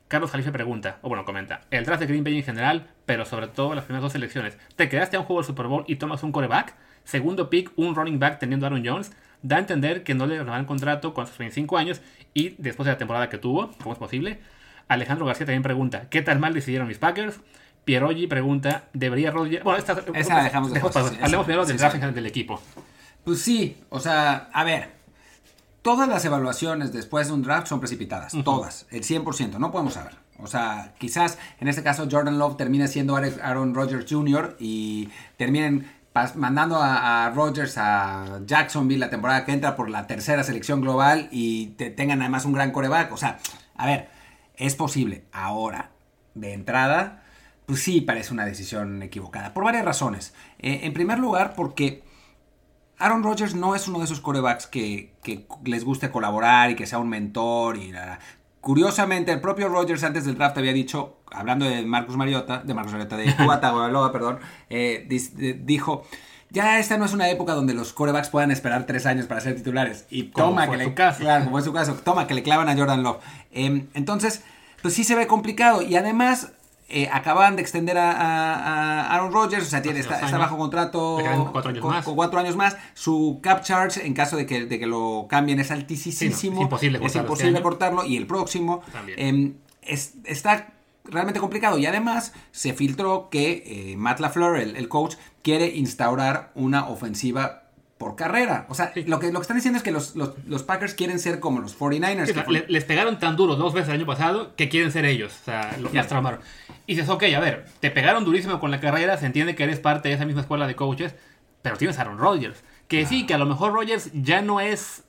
Carlos Jalife pregunta, o bueno, comenta, el draft de Green Bay en general, pero sobre todo las primeras dos selecciones. ¿Te quedaste a un juego del Super Bowl y tomas un quarterback? Segundo pick, un running back teniendo a Aaron Jones. Da a entender que no le renovan contrato con sus veinticinco años y después de la temporada que tuvo, ¿cómo es posible? Alejandro García también pregunta, ¿qué tan mal decidieron mis Packers? Pieroggi pregunta, ¿debería Rodgers...? Bueno, esta, esa la dejamos después. Dejamos, sí, hablemos primero del draft sí, del equipo. Pues sí, o sea, a ver, todas las evaluaciones después de un draft son precipitadas, uh-huh. todas, el cien por ciento, no podemos saber. O sea, quizás en este caso Jordan Love termine siendo Aaron Rodgers junior y terminen pas- mandando a, a Rodgers a Jacksonville la temporada que entra por la tercera selección global y te tengan además un gran quarterback. O sea, a ver, es posible. Ahora, de entrada, pues sí parece una decisión equivocada, por varias razones. Eh, en primer lugar, porque Aaron Rodgers no es uno de esos quarterbacks que, que les guste colaborar y que sea un mentor y nada. Curiosamente, el propio Rodgers antes del draft había dicho, hablando de Marcus Mariota, de Marcus Mariota, de Tua Tagovailoa, perdón, eh, dijo, ya esta no es una época donde los quarterbacks puedan esperar tres años para ser titulares. Y toma que le, claro, como es su caso, toma que le clavan a Jordan Love. Eh, entonces, pues sí se ve complicado y además Eh, acaban de extender a, a, a Aaron Rodgers, o sea, tiene, está, está bajo contrato cuatro años, con, más. con cuatro años más. Su cap charge, en caso de que, de que lo cambien, es altísimo. Sí, no, es imposible, es imposible este cortarlo. Y el próximo eh, es, está realmente complicado. Y además se filtró que eh, Matt LaFleur, el, el coach, quiere instaurar una ofensiva por carrera. O sea, sí. lo, que, lo que están diciendo es que los, los, los Packers quieren ser como los cuarenta y nueve ers. Sí, que le, les pegaron tan duro dos veces el año pasado que quieren ser ellos. O sea, lo, las traumaron. Y dices, ok, a ver, te pegaron durísimo con la carrera, se entiende que eres parte de esa misma escuela de coaches, pero tienes a Aaron Rodgers. Que ah. sí, que a lo mejor Rodgers ya no es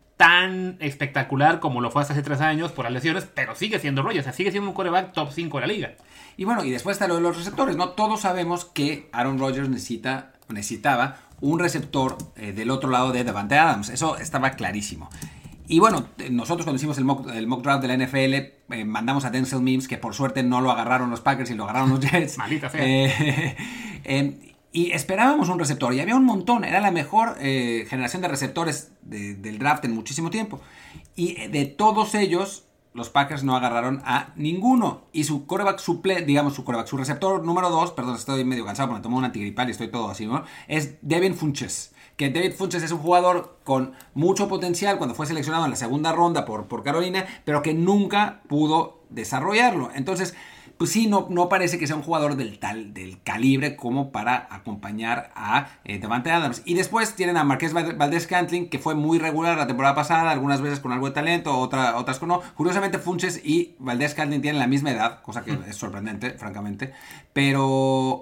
tan espectacular como lo fue hasta hace tres años por las lesiones, pero sigue siendo Rodgers, o sea, sigue siendo un quarterback top cinco de la liga. Y bueno, y después está lo de los receptores, ¿no? Todos sabemos que Aaron Rodgers necesita, necesitaba un receptor eh, del otro lado de Davante Adams. Eso estaba clarísimo. Y bueno, nosotros cuando hicimos el mock, el mock draft de la N F L, eh, mandamos a Denzel Mims, que por suerte no lo agarraron los Packers y lo agarraron los Jets. Maldita fea. Eh, eh, y esperábamos un receptor, y había un montón. Era la mejor eh, generación de receptores de, del draft en muchísimo tiempo. Y de todos ellos, los Packers no agarraron a ninguno. Y su quarterback suple, digamos su quarterback, su receptor número dos, perdón, estoy medio cansado porque me tomé un antigripal y estoy todo así, ¿no? Es Devin Funchess. Que David Funchess es un jugador con mucho potencial cuando fue seleccionado en la segunda ronda por, por Carolina, pero que nunca pudo desarrollarlo. Entonces, pues sí, no, no parece que sea un jugador del tal, del calibre como para acompañar a eh, Davante Adams. Y después tienen a Marqués Valdes-Scantling, que fue muy regular la temporada pasada, algunas veces con algo de talento, otra, otras con no. Curiosamente, Funchess y Valdes-Scantling tienen la misma edad, cosa que es sorprendente, francamente. Pero,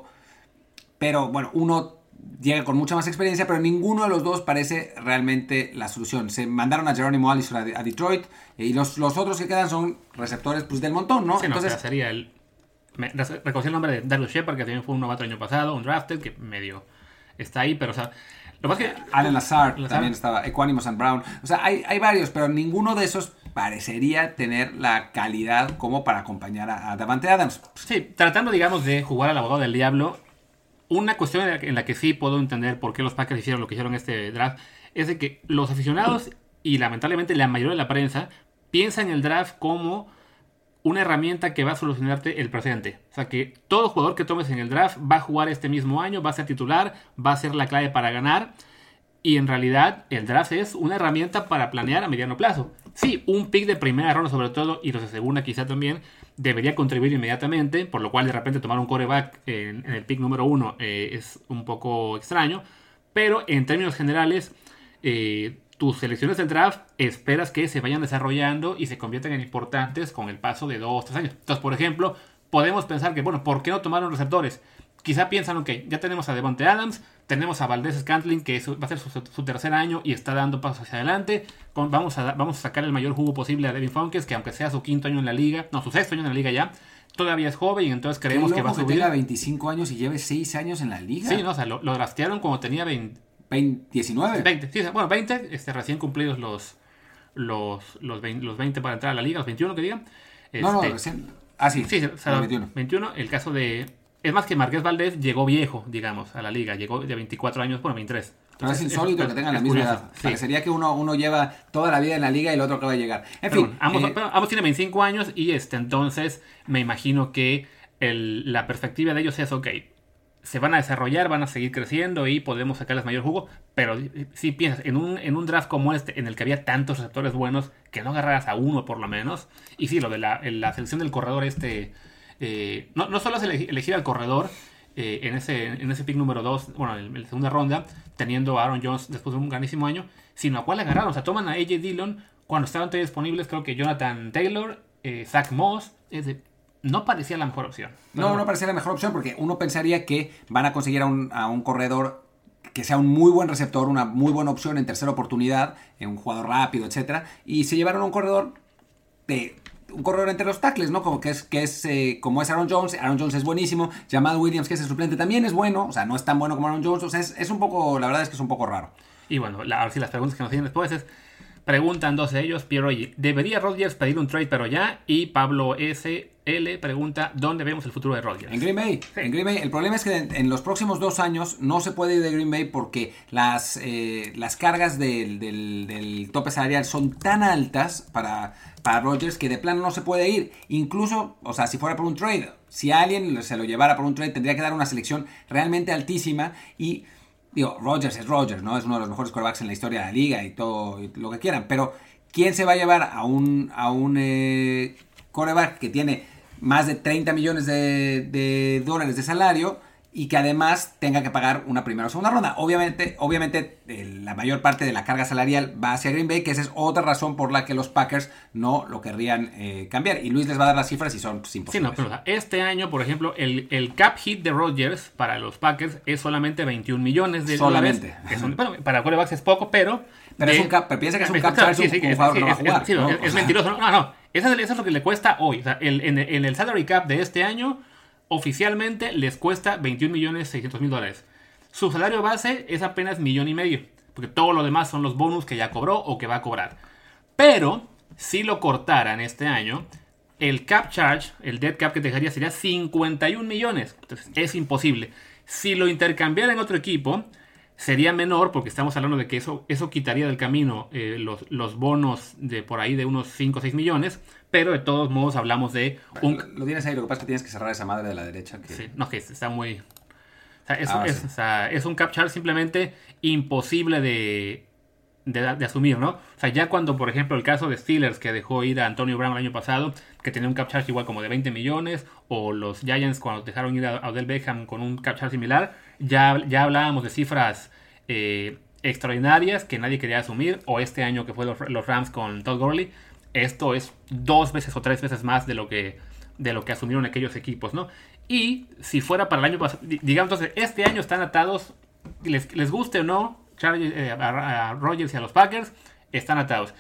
pero bueno, uno llega con mucha más experiencia, pero ninguno de los dos parece realmente la solución. Se mandaron a Geronimo Allison a, a Detroit y los, los otros que quedan son receptores pues del montón, ¿no? Sí, Entonces no, sería el... Me, reconocí el nombre de Darius Shepard, que también fue un novato el año pasado, un drafted, que medio está ahí, pero o sea... Lo más que... Allen Lazard, Lazard también estaba, Equanimous and Brown. O sea, hay, hay varios, pero ninguno de esos parecería tener la calidad como para acompañar a, a Davante Adams. Sí, tratando, digamos, de jugar al abogado del diablo. Una cuestión en la, que, en la que sí puedo entender por qué los Packers hicieron lo que hicieron en este draft es de que los aficionados y lamentablemente la mayoría de la prensa piensan en el draft como una herramienta que va a solucionarte el presente. O sea, que todo jugador que tomes en el draft va a jugar este mismo año, va a ser titular, va a ser la clave para ganar. Y en realidad el draft es una herramienta para planear a mediano plazo. Sí, un pick de primera ronda sobre todo, y los de segunda quizá también, debería contribuir inmediatamente, por lo cual de repente tomar un quarterback en, en el pick número uno eh, es un poco extraño. Pero en términos generales, eh, tus selecciones del draft esperas que se vayan desarrollando y se conviertan en importantes con el paso de dos, tres años. Entonces, por ejemplo, podemos pensar que, bueno, ¿por qué no tomaron receptores? Quizá piensan, ok, ya tenemos a Davante Adams, tenemos a Valdes-Scantling, que es, va a ser su, su tercer año y está dando pasos hacia adelante. Con, vamos, a, vamos a sacar el mayor jugo posible a Devin Funchess, que aunque sea su quinto año en la liga, no, su sexto año en la liga ya, todavía es joven y entonces creemos que va a subir. Que tenga veinticinco años y lleve seis años en la liga. Sí, no, o sea, lo, lo draftearon cuando tenía veinte. veinte, diecinueve. veinte, sí, bueno, veinte, este, recién cumplidos los, los, los, veinte, los veinte para entrar a la liga, los veintiuno que digan. Este, no, no, recién. Ah, sí, sí, o sea, veintiuno. veintiuno. El caso de Es más que Marqués Valdés llegó viejo, digamos, a la liga. Llegó de veinticuatro años, bueno, veintitrés. No es insólito es, que tengan la misma curioso, edad. Sí. Parecería que uno, uno lleva toda la vida en la liga y el otro acaba de llegar. En pero fin. Bueno, ambos, eh, pero ambos tienen veinticinco años y este, entonces me imagino que el, la perspectiva de ellos es, ok, se van a desarrollar, van a seguir creciendo y podemos sacarles mayor jugo, pero si piensas, en un, en un draft como este, en el que había tantos receptores buenos, que no agarraras a uno por lo menos, y sí, lo de la, la selección del corredor este, eh, no, no solo es elegir, elegir al corredor, Eh, en, ese, en ese pick número dos, bueno, en la segunda ronda, teniendo a Aaron Jones después de un grandísimo año, sino a cuál agarraron. O sea, toman a A J Dillon cuando estaban todavía disponibles, creo que Jonathan Taylor, eh, Zach Moss, es de, no parecía la mejor opción. No, bueno. no parecía la mejor opción porque uno pensaría que van a conseguir a un, a un corredor que sea un muy buen receptor, una muy buena opción en tercera oportunidad, en un jugador rápido, etcétera, y se llevaron a un corredor de... un corredor entre los tackles, ¿no? Como que es, que es eh, como es Aaron Jones. Aaron Jones es buenísimo. Jamal Williams, que es el suplente, también es bueno. O sea, no es tan bueno como Aaron Jones. O sea, es, es un poco, la verdad es que es un poco raro. Y bueno, la, ahora sí las preguntas que nos siguen después es, preguntan dos de ellos, Pierre Oye, ¿debería Rodgers pedir un trade pero ya? Y Pablo S L pregunta, ¿dónde vemos el futuro de Rodgers? En Green Bay. Sí. En Green Bay. El problema es que en, en los próximos dos años no se puede ir de Green Bay porque las, eh, las cargas del, del, del tope salarial son tan altas para, para Rodgers que de plano no se puede ir. Incluso, o sea, si fuera por un trade, si alguien se lo llevara por un trade, tendría que dar una selección realmente altísima y... Digo, Rodgers es Rodgers, ¿no? Es uno de los mejores quarterbacks en la historia de la liga y todo y lo que quieran. Pero, ¿quién se va a llevar a un, a un eh, quarterback que tiene más de treinta millones de, de dólares de salario y que además tenga que pagar una primera o segunda ronda? Obviamente, obviamente eh, la mayor parte de la carga salarial va hacia Green Bay, que esa es otra razón por la que los Packers no lo querrían eh, cambiar. Y Luis les va a dar las cifras y son pues, imposibles. Sí, no, pero este año, por ejemplo, el, el cap hit de Rodgers para los Packers es solamente veintiún millones de solamente. dólares. Es un, bueno, para quarterbacks es poco, pero... Pero, de, es un cap, pero piensa que es un cap charge, sí, sí, un, un jugador sí, no va a jugar. Es, sí, ¿no? es, es sea... mentiroso. No, no. Eso es, eso es lo que le cuesta hoy. O sea, el, en, en el salary cap de este año... Oficialmente les cuesta veintiún millones seiscientos mil dólares. Su salario base es apenas millón y medio. Porque todo lo demás son los bonus que ya cobró o que va a cobrar. Pero, si lo cortaran este año, el cap charge, el dead cap que te dejaría sería cincuenta y un millones. Entonces, es imposible. Si lo intercambiara en otro equipo, sería menor, porque estamos hablando de que eso, eso quitaría del camino eh, los, los bonos de por ahí de unos cinco o seis millones. Pero de todos modos hablamos de un... Lo, lo tienes ahí, lo que pasa es que tienes que cerrar esa madre de la derecha. Que... Sí, no, que está muy... O sea, es, ah, es, sí. o sea, es un cap charge simplemente imposible de, de, de asumir, ¿no? O sea, ya cuando, por ejemplo, el caso de Steelers, que dejó ir a Antonio Brown el año pasado, que tenía un cap charge igual como de veinte millones, o los Giants cuando dejaron ir a Odell Beckham con un cap charge similar, ya, ya hablábamos de cifras eh, extraordinarias que nadie quería asumir, o este año que fue los, los Rams con Todd Gurley. Esto es dos veces o tres veces más de lo que, de lo que asumieron aquellos equipos, ¿no? Y si fuera para el año pasado, digamos, entonces, este año están atados, les, les guste o no, Charlie, eh, a, a Rodgers y a los Packers, están atados.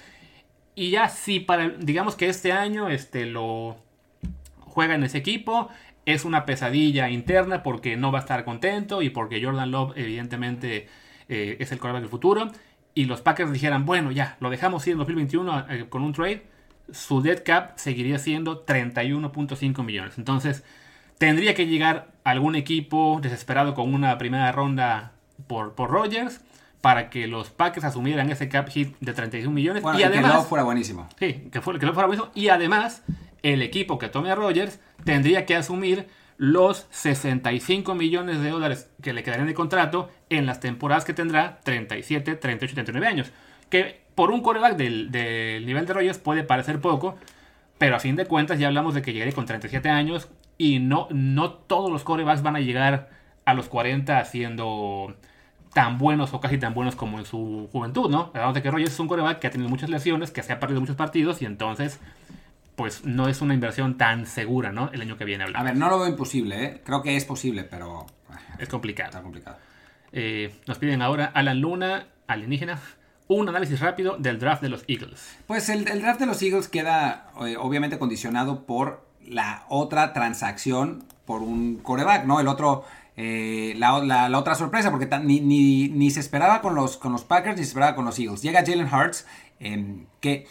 Y ya si para, digamos que este año este, lo juega en ese equipo, es una pesadilla interna porque no va a estar contento y porque Jordan Love evidentemente eh, es el quarterback del futuro. Y los Packers dijeran, bueno, ya, lo dejamos ir en dos mil veintiuno eh, con un trade, su dead cap seguiría siendo treinta y uno punto cinco millones. Entonces, tendría que llegar algún equipo desesperado con una primera ronda por, por Rodgers para que los Packers asumieran ese cap hit de treinta y uno millones. Bueno, y, y además, que Love fuera buenísimo. Sí, que, fue, que Love fuera buenísimo. Y además, el equipo que tome a Rodgers tendría que asumir los sesenta y cinco millones de dólares que le quedarían de contrato en las temporadas que tendrá treinta y siete, treinta y ocho, treinta y nueve años. Que por un quarterback del, del nivel de Rodgers puede parecer poco, pero a fin de cuentas ya hablamos de que llegaría con treinta y siete años y no, no todos los quarterbacks van a llegar a los cuarenta siendo tan buenos o casi tan buenos como en su juventud, ¿no? Hablamos de que Rodgers es un quarterback que ha tenido muchas lesiones, que se ha perdido muchos partidos y entonces... pues no es una inversión tan segura, ¿no? El año que viene hablando. A ver, no lo veo imposible, ¿eh? Creo que es posible, pero... Es complicado. Está complicado. Eh, nos piden ahora, Alan Luna, alienígena, un análisis rápido del draft de los Eagles. Pues el, el draft de los Eagles queda eh, obviamente condicionado por la otra transacción por un quarterback, ¿no? El otro... Eh, la, la, la otra sorpresa, porque tan, ni, ni, ni se esperaba con los, con los Packers, ni se esperaba con los Eagles. Llega Jalen Hurts, eh, que...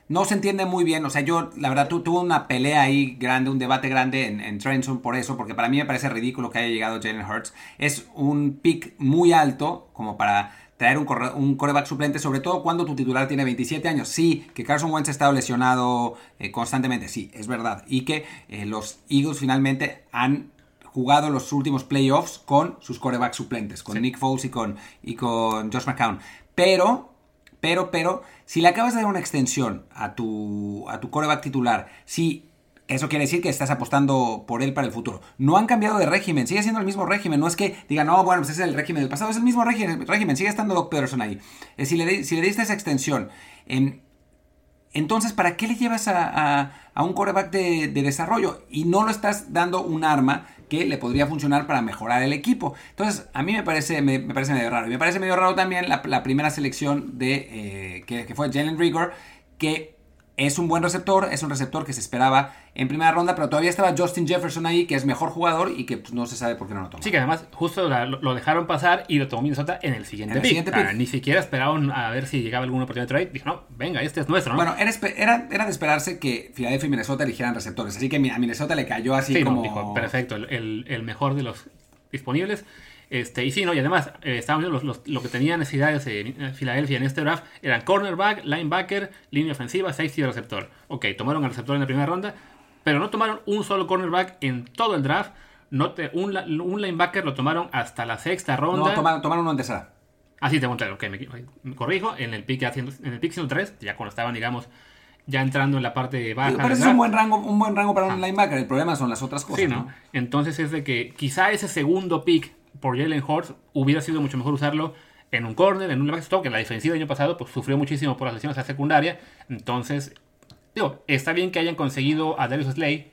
no se entiende muy bien. O sea, yo, la verdad, tu, tuve una pelea ahí grande, un debate grande en, en Trenton por eso, porque para mí me parece ridículo que haya llegado Jalen Hurts. Es un pick muy alto como para traer un, corre, un quarterback suplente, sobre todo cuando tu titular tiene veintisiete años. Sí, que Carson Wentz ha estado lesionado eh, constantemente, sí, es verdad. Y que eh, los Eagles finalmente han jugado los últimos playoffs con sus quarterbacks suplentes, con sí. Nick Foles y con, y con Josh McCown. Pero, pero, pero, si le acabas de dar una extensión a tu, a tu quarterback titular, si eso quiere decir que estás apostando por él para el futuro. No han cambiado de régimen, sigue siendo el mismo régimen. No es que digan, no, bueno, pues ese es el régimen del pasado, es el mismo régimen, régimen sigue estando Doc Peterson ahí. Eh, si, le, si le diste esa extensión, eh, entonces, ¿para qué le llevas a, a, a un quarterback de, de desarrollo? Y no lo estás dando un arma que le podría funcionar para mejorar el equipo. Entonces, a mí me parece, me, me parece medio raro. Y me parece medio raro también la, la primera selección de eh, que, que fue Jalen Reagor, que es un buen receptor, es un receptor que se esperaba en primera ronda, pero todavía estaba Justin Jefferson ahí, que es mejor jugador y que pues, no se sabe por qué no lo tomó. Sí, que además justo la, lo dejaron pasar y lo tomó Minnesota en el siguiente, en el pick. siguiente pick. Ah, ni siquiera esperaron a ver si llegaba alguna oportunidad de trade. Dijo, no, venga, este es nuestro, ¿no? Bueno, era, era, era de esperarse que Philadelphia y Minnesota eligieran receptores, así que a Minnesota le cayó así sí, como... No, dijo, perfecto, el, el mejor de los disponibles. Este, y sí, no, y además, eh, Estados Unidos, los, los, lo que tenía necesidades de Filadelfia en este draft eran cornerback, linebacker, línea ofensiva, safety y receptor. Ok, tomaron al receptor en la primera ronda, pero no tomaron un solo cornerback en todo el draft. No te, un, un linebacker lo tomaron hasta la sexta ronda. No, tomaron, tomaron uno en tercera. Ah, sí, te conté, ok, me, me corrijo. En el pick en el pick ciento tres, ya cuando estaban, digamos, ya entrando en la parte baja. Pero es un buen rango, un buen rango para ah. un linebacker. El problema son las otras cosas. Sí, ¿no? ¿no? Entonces es de que quizá ese segundo pick por Jalen Hurts hubiera sido mucho mejor usarlo en un corner, en un backstop, que en la defensiva del año pasado pues, sufrió muchísimo por las lesiones a la secundaria. Entonces, digo, está bien que hayan conseguido a Darius Slay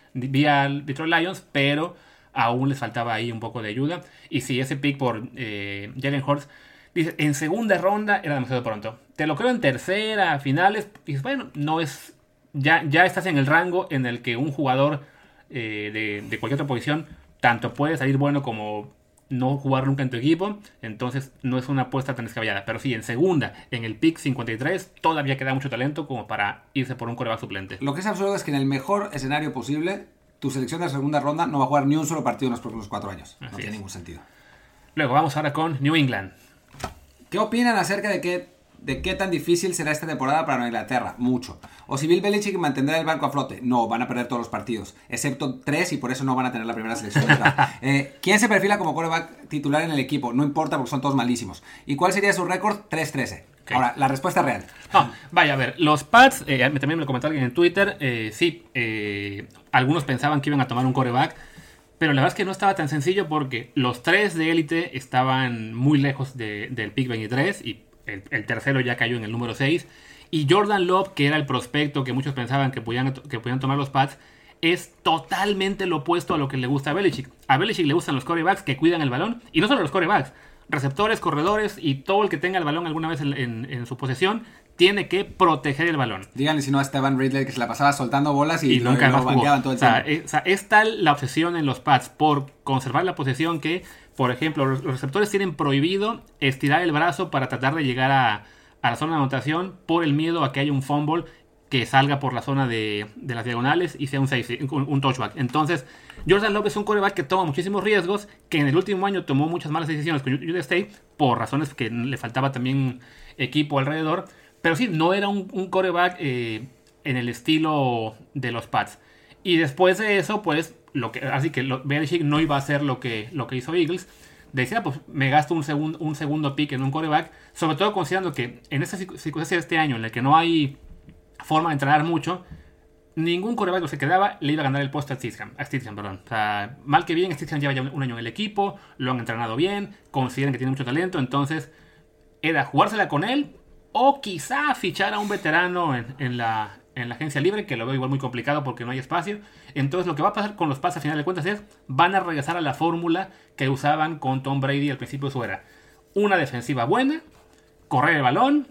vía Detroit Lions, pero aún les faltaba ahí un poco de ayuda. Y si ese pick por eh, Jalen Hurts, dice, en segunda ronda era demasiado pronto. Te lo creo en tercera, finales, y bueno, no es... Ya, ya estás en el rango en el que un jugador eh, de, de cualquier otra posición tanto puede salir bueno como no jugar nunca en tu equipo, entonces no es una apuesta tan descabellada. Pero sí, en segunda, en el pick cincuenta y tres, todavía queda mucho talento como para irse por un quarterback suplente. Lo que es absurdo es que en el mejor escenario posible, tu selección de segunda ronda no va a jugar ni un solo partido en los próximos cuatro años. Así no tiene es. ningún sentido. Luego vamos ahora con New England. ¿Qué opinan acerca de qué, de qué tan difícil será esta temporada para Nueva Inglaterra? Mucho. ¿O si Bill Belichick mantendrá el banco a flote? No, van a perder todos los partidos, excepto tres, y por eso no van a tener la primera selección. eh, ¿Quién se perfila como quarterback titular en el equipo? No importa porque son todos malísimos. ¿Y cuál sería su récord? tres trece. Okay. Ahora, la respuesta real. No, vaya, a ver, los Pats, eh, también me lo comentó alguien en Twitter, eh, sí, eh, algunos pensaban que iban a tomar un quarterback, pero la verdad es que no estaba tan sencillo porque los tres de élite estaban muy lejos de, del pick veintitrés y el, el tercero ya cayó en el número seis. Y Jordan Love, que era el prospecto que muchos pensaban que podían, que podían tomar los Pats, es totalmente lo opuesto a lo que le gusta a Belichick. A Belichick le gustan los quarterbacks que cuidan el balón, y no solo los quarterbacks, receptores, corredores y todo el que tenga el balón alguna vez en, en, en su posesión tiene que proteger el balón. Díganle si no a Esteban Ridley, que se la pasaba soltando bolas y, y nunca lo, lo banqueaban todo el tiempo. O sea, es, o sea, es tal la obsesión en los Pats por conservar la posesión que, por ejemplo, los, los receptores tienen prohibido estirar el brazo para tratar de llegar a, a la zona de anotación por el miedo a que haya un fumble que salga por la zona de, de las diagonales y sea un safety, un, un touchback. Entonces, Jordan Love es un quarterback que toma muchísimos riesgos, que en el último año tomó muchas malas decisiones con Utah State por razones que le faltaba también equipo alrededor. Pero sí, no era un, un quarterback eh, en el estilo de los Pats. Y después de eso, pues, lo que, así que lo, Belichick no iba a hacer lo que, lo que hizo Eagles. Decía, pues, me gasto un, segun, un segundo pick en un quarterback, sobre todo considerando que en esta circunstancia de este año, en la que no hay forma de entrenar mucho, ningún quarterback que se quedaba le iba a ganar el puesto a Stidham, a Stidham, perdón. O sea, mal que bien, Stidham lleva ya un año en el equipo, lo han entrenado bien, consideran que tiene mucho talento, entonces era jugársela con él o quizá fichar a un veterano en, en, la, en la agencia libre, que lo veo igual muy complicado porque no hay espacio. Entonces lo que va a pasar con los Pats a final de cuentas es, van a regresar a la fórmula que usaban con Tom Brady al principio de su era. Una defensiva buena, correr el balón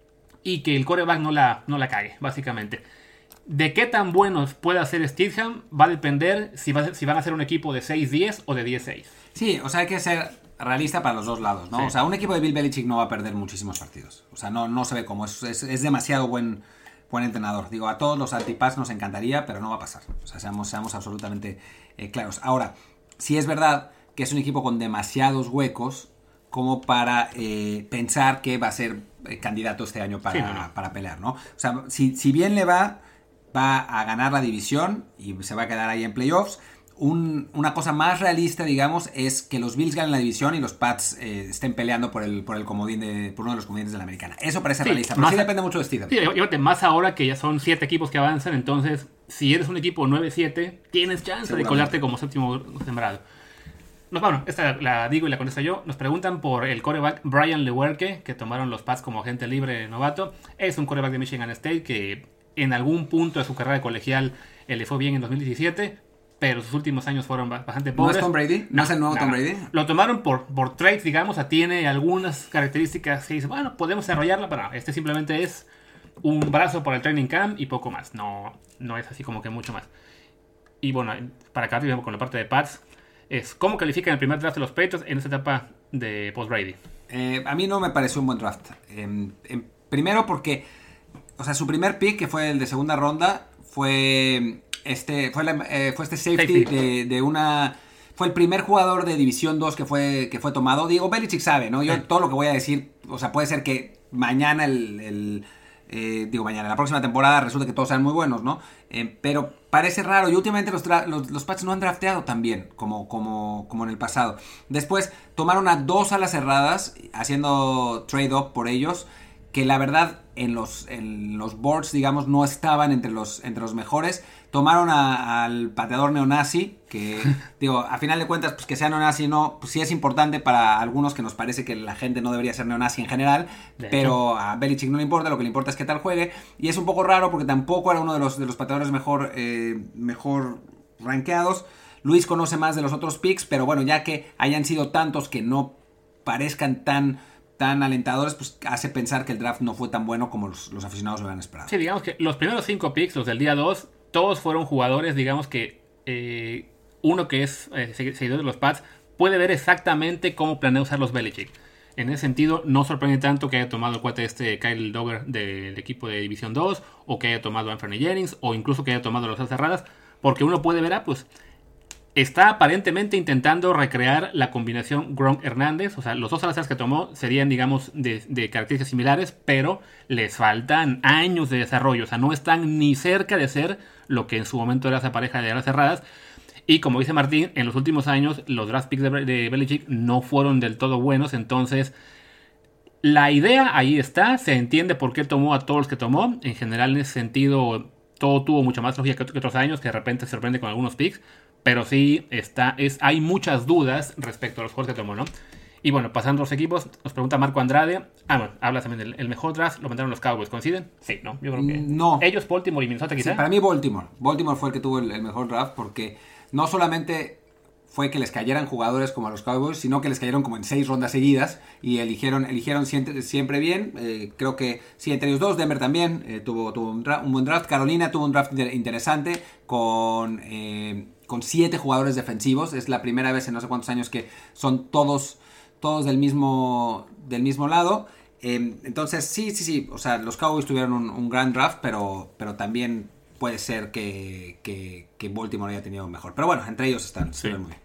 y que el quarterback no la, no la cague, básicamente. De qué tan buenos puede hacer Stidham va a depender si, va, si van a ser un equipo de seis diez o de diez seis. Sí, o sea, hay que ser realista para los dos lados, ¿no? Sí. O sea, un equipo de Bill Belichick no va a perder muchísimos partidos. O sea, no, no se ve cómo. Es, es, es demasiado buen, buen entrenador. Digo, a todos los anti-Pats nos encantaría, pero no va a pasar. O sea, seamos, seamos absolutamente eh, claros. Ahora, sí es verdad que es un equipo con demasiados huecos como para eh, pensar que va a ser eh, candidato este año para, sí, no, no. para pelear, ¿no? O sea, si, si bien le va, va a ganar la división y se va a quedar ahí en playoffs. Un, una cosa más realista, digamos, es que los Bills ganen la división y los Pats eh, estén peleando por el, por el comodín de, por uno de los comodines de la americana. Eso parece sí, realista, pero sí depende mucho de Steelers. Sí, yo, más ahora que ya son siete equipos que avanzan, entonces si eres un equipo nueve siete, tienes chance de colarte como séptimo sembrado. Nos, bueno, esta la digo y la contesto yo. Nos preguntan por el quarterback Brian Lewerke, que tomaron los Pats como agente libre novato. Es un quarterback de Michigan State que en algún punto de su carrera colegial eh, le fue bien en dos mil diecisiete, pero sus últimos años fueron bastante pobres. ¿No es Tom Brady? ¿No, ¿No es el nuevo no, Tom Brady? Lo tomaron por, por trades, digamos, o sea, tiene algunas características que dice, bueno, podemos desarrollarla, pero no, este simplemente es un brazo para el training camp y poco más. No, no es así como que mucho más. Y bueno, para acabar digamos, con la parte de Pats, es ¿cómo califican el primer draft de los Patriots en esta etapa de post-Brady? Eh, a mí no me pareció un buen draft. Eh, eh, primero porque, o sea, su primer pick, que fue el de segunda ronda, fue... Este, fue, la, eh, fue este safety, safety. De, de una... Fue el primer jugador de División dos que fue, que fue tomado. Diego Belichick sabe, ¿no? Yo sí. Todo lo que voy a decir, o sea, puede ser que mañana el... el eh, digo mañana, la próxima temporada resulta que todos sean muy buenos, ¿no? Eh, pero parece raro. Y últimamente los, tra- los, los Pats no han drafteado tan bien como, como, como en el pasado. Después tomaron a dos alas cerradas, haciendo trade-up por ellos, que la verdad en los, en los boards, digamos, no estaban entre los, entre los mejores. Tomaron a, al pateador neonazi, que, digo, a final de cuentas, pues que sea neonazi no, pues sí es importante para algunos que nos parece que la gente no debería ser neonazi en general, de pero hecho. A Belichick no le importa, lo que le importa es que tal juegue, y es un poco raro porque tampoco era uno de los, de los pateadores mejor, eh, mejor rankeados. Luis conoce más de los otros picks, pero bueno, ya que hayan sido tantos que no parezcan tan... tan alentadores, pues hace pensar que el draft no fue tan bueno como los, los aficionados lo habían esperado. Sí, digamos que los primeros cinco picks, los del día dos, todos fueron jugadores, digamos que eh, uno que es eh, seguidor de los Pats puede ver exactamente cómo planea usar los Belichick. En ese sentido, no sorprende tanto que haya tomado el cuate este Kyle Duggar del equipo de División dos, o que haya tomado a Anthony Jennings, o incluso que haya tomado las alas cerradas, porque uno puede ver, ah, pues está aparentemente intentando recrear la combinación Gronk-Hernández. O sea, los dos alaceras que tomó serían, digamos, de, de características similares, pero les faltan años de desarrollo. O sea, no están ni cerca de ser lo que en su momento era esa pareja de alas cerradas. Y como dice Martín, en los últimos años los draft picks de, de Belichick no fueron del todo buenos. Entonces, la idea ahí está. Se entiende por qué tomó a todos los que tomó. En general, en ese sentido, todo tuvo mucha más lógica que, que otros años, que de repente se sorprende con algunos picks. Pero sí, está, es, hay muchas dudas respecto a los jugadores que tomó, ¿no? Y bueno, pasando a los equipos, nos pregunta Marco Andrade. Ah, bueno, hablas también del el mejor draft, lo mandaron los Cowboys, ¿coinciden? Sí, ¿no? Yo creo que... No. Ellos, Baltimore y Minnesota, quizá. Sí, para mí Baltimore. Baltimore fue el que tuvo el, el mejor draft porque no solamente fue que les cayeran jugadores como a los Cowboys, sino que les cayeron como en seis rondas seguidas y eligieron, eligieron siempre, siempre bien. Eh, creo que sí, entre ellos dos, Denver también eh, tuvo, tuvo un, draft, un buen draft. Carolina tuvo un draft interesante con... Eh, con siete jugadores defensivos. Es la primera vez en no sé cuántos años que son todos, todos del mismo, del mismo lado. Eh, entonces, sí, sí, sí. O sea, los Cowboys tuvieron un, un gran draft, pero, pero también puede ser que, que, que Baltimore haya tenido mejor. Pero bueno, entre ellos están. Sí. Muy bien.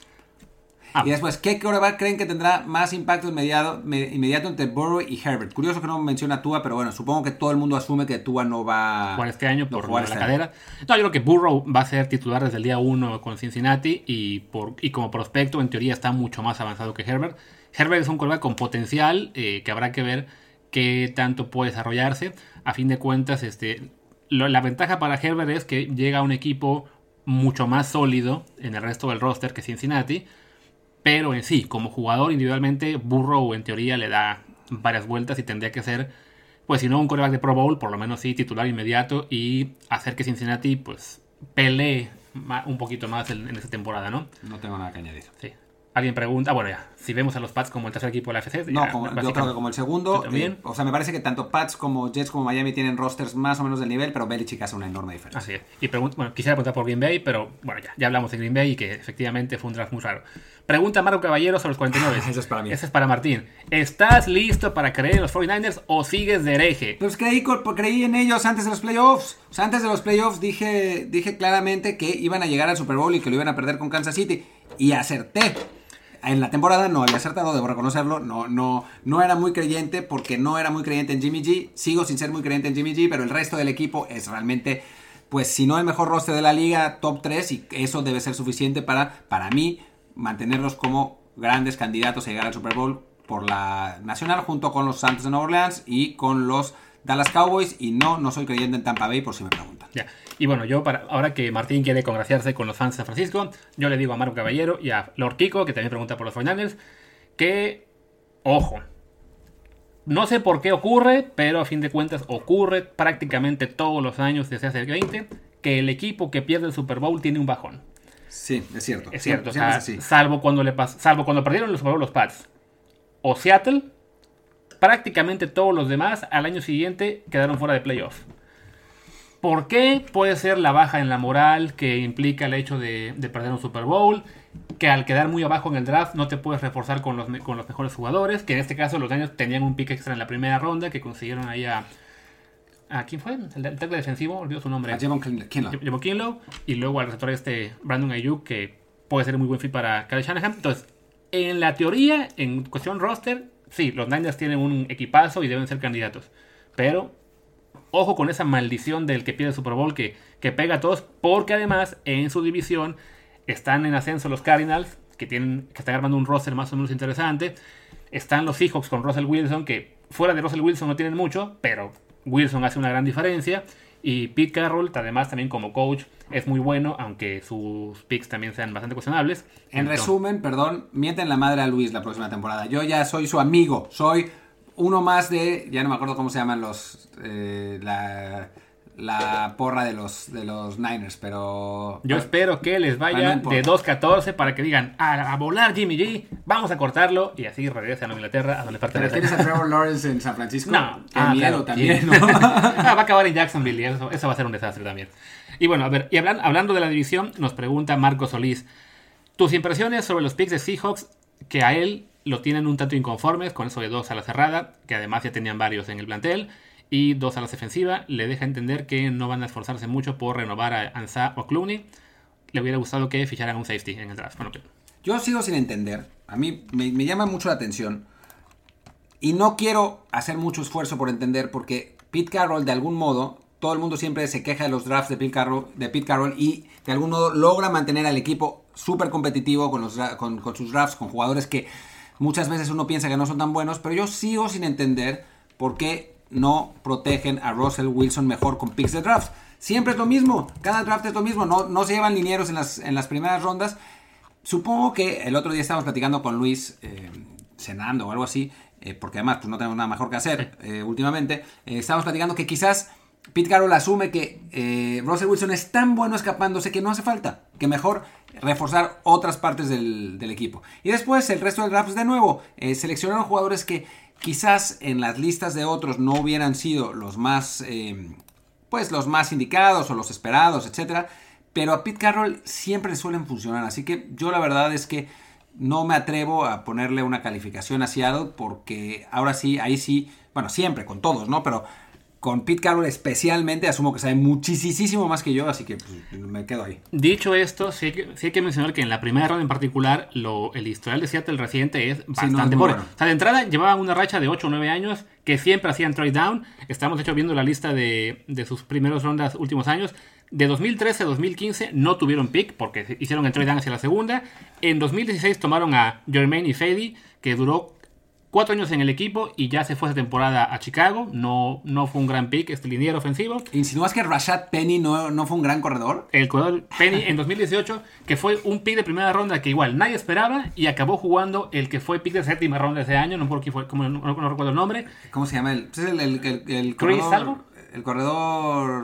Ah. Y después, ¿qué quarterback creen que tendrá más impacto inmediato, inmediato entre Burrow y Herbert? Curioso que no menciona Tua, pero bueno, supongo que todo el mundo asume que Tua no va a jugar este año por no la este cadera. Año. No, yo creo que Burrow va a ser titular desde el día uno con Cincinnati y, por, y como prospecto, en teoría, está mucho más avanzado que Herbert. Herbert es un quarterback con potencial eh, que habrá que ver qué tanto puede desarrollarse. A fin de cuentas, este, lo, la ventaja para Herbert es que llega a un equipo mucho más sólido en el resto del roster que Cincinnati. Pero en sí, como jugador individualmente, Burrow en teoría le da varias vueltas y tendría que ser, pues si no un quarterback de Pro Bowl, por lo menos sí titular inmediato y hacer que Cincinnati pues pelee un poquito más en, en esta temporada, ¿no? No tengo nada que añadir. Sí. Alguien pregunta, ah, bueno, ya, si vemos a los Pats como el tercer equipo de la F C. No, ya, como, yo creo que como el segundo. Eh, o sea, me parece que tanto Pats como Jets como Miami tienen rosters más o menos del nivel, pero Belichick hace una enorme diferencia. Así es. Y pregun- bueno, quisiera preguntar por Green Bay, pero bueno, ya, ya hablamos de Green Bay y que efectivamente fue un draft muy raro. Pregunta Marco Caballero sobre los cuarenta y nueve. Eso es para mí. Ese es para Martín. ¿Estás listo para creer en los cuarenta y nueve ers o sigues de hereje? Pues creí, creí en ellos antes de los playoffs. O sea, antes de los playoffs dije, dije claramente que iban a llegar al Super Bowl y que lo iban a perder con Kansas City. Y acerté. En la temporada no había acertado, debo reconocerlo. No, no, no era muy creyente porque no era muy creyente en Jimmy G. Sigo sin ser muy creyente en Jimmy G, pero el resto del equipo es realmente, pues si no el mejor roster de la liga, top tres. Y eso debe ser suficiente para, para mí, mantenerlos como grandes candidatos a llegar al Super Bowl por la nacional, junto con los Santos de Nueva Orleans y con los Dallas Cowboys. Y no, no soy creyente en Tampa Bay, por si me preguntan. Ya. Y bueno, yo para ahora que Martín quiere congraciarse con los fans de San Francisco, yo le digo a Marco Caballero y a Lord Kiko, que también pregunta por los cuarenta y nueve ers, que, ojo, no sé por qué ocurre, pero a fin de cuentas ocurre prácticamente todos los años desde hace veinte, que el equipo que pierde el Super Bowl tiene un bajón. Sí, es cierto. Es cierto, siempre, o sea, siempre es así. salvo cuando le pas- salvo cuando perdieron el Super Bowl los Pats o Seattle, prácticamente todos los demás al año siguiente quedaron fuera de playoff. ¿Por qué? Puede ser la baja en la moral que implica el hecho de, de perder un Super Bowl, que al quedar muy abajo en el draft no te puedes reforzar con los, con los mejores jugadores, que en este caso los Niners tenían un pick extra en la primera ronda, que consiguieron ahí a... ¿A quién fue? El, el tackle defensivo, olvidó su nombre. A Javon Kinlaw. Javon Kinlaw. Y luego al receptor este Brandon Ayuk, que puede ser muy buen fit para Kyle Shanahan. Entonces, en la teoría, en cuestión roster, sí, los Niners tienen un equipazo y deben ser candidatos. Pero... ojo con esa maldición del que pierde el Super Bowl que, que pega a todos, porque además en su división están en ascenso los Cardinals, que, tienen, que están armando un roster más o menos interesante. Están los Seahawks con Russell Wilson, que fuera de Russell Wilson no tienen mucho, pero Wilson hace una gran diferencia. Y Pete Carroll, además también como coach, es muy bueno, aunque sus picks también sean bastante cuestionables. En Entonces, resumen, perdón, mienten la madre a Luis la próxima temporada. Yo ya soy su amigo, soy... uno más de, ya no me acuerdo cómo se llaman los, eh, la, la porra de los, de los Niners, pero... yo espero que les vaya no de dos catorce para que digan, a, a volar Jimmy G, vamos a cortarlo, y así regrese a Nueva Inglaterra, a donde ¿Te pertenece. refieres a Trevor Lawrence en San Francisco? No. Qué Ah, miedo claro, también, sí. ¿no? Ah, va a acabar en Jacksonville y eso, eso va a ser un desastre también. Y bueno, a ver, y hablan, hablando de la división, nos pregunta Marco Solís, tus impresiones sobre los picks de Seahawks, que a él lo tienen un tanto inconformes con eso de dos a la cerrada, que además ya tenían varios en el plantel, y dos a la defensiva. Le deja entender que no van a esforzarse mucho por renovar a Ansah o Clooney. Le hubiera gustado que ficharan un safety en el draft. Bueno, que... Yo sigo sin entender. A mí me, me llama mucho la atención. Y no quiero hacer mucho esfuerzo por entender, porque Pete Carroll, de algún modo, todo el mundo siempre se queja de los drafts de Pete Carroll, de Pete Carroll y de algún modo logra mantener al equipo súper competitivo con, los, con, con sus drafts, con jugadores que muchas veces uno piensa que no son tan buenos, pero yo sigo sin entender por qué no protegen a Russell Wilson mejor con picks de draft. Siempre es lo mismo, cada draft es lo mismo, no, no se llevan linieros en las, en las primeras rondas. Supongo que el otro día estábamos platicando con Luis, eh, cenando o algo así, eh, porque además pues, no tenemos nada mejor que hacer eh, últimamente. Eh, estábamos platicando que quizás Pete Carroll asume que eh, Russell Wilson es tan bueno escapándose que no hace falta, que mejor reforzar otras partes del, del equipo. Y después el resto del draft de nuevo eh, seleccionaron jugadores que quizás en las listas de otros no hubieran sido los más eh, pues los más indicados o los esperados, etcétera, pero a Pete Carroll siempre suelen funcionar, así que yo la verdad es que no me atrevo a ponerle una calificación a Seattle, porque ahora sí, ahí sí, bueno, siempre con todos, ¿no? Pero con Pete Carroll especialmente asumo que sabe muchísimo más que yo, así que pues, me quedo ahí. Dicho esto, sí hay, que, sí hay que mencionar que en la primera ronda en particular, lo, el historial de Seattle reciente es bastante sí, no, es pobre. bueno. O sea, de entrada llevaban una racha de ocho o nueve años que siempre hacían trade down. Estamos, de hecho, viendo la lista de, de sus primeros rondas últimos años. De dos mil trece a dos mil quince no tuvieron pick porque hicieron el trade down hacia la segunda. En dos mil dieciséis tomaron a Jermaine Ifedi, que duró cuatro años en el equipo y ya se fue esa temporada a Chicago. No, no fue un gran pick este liniero ofensivo. ¿Insinúas que Rashad Penny no, no fue un gran corredor? El corredor Penny en dos mil dieciocho, que fue un pick de primera ronda que igual nadie esperaba y acabó jugando el que fue pick de séptima ronda ese año. No recuerdo quién fue, como, no, no recuerdo el nombre. ¿Cómo se llama? El, es el, el, el, el Chris corredor, algo. el corredor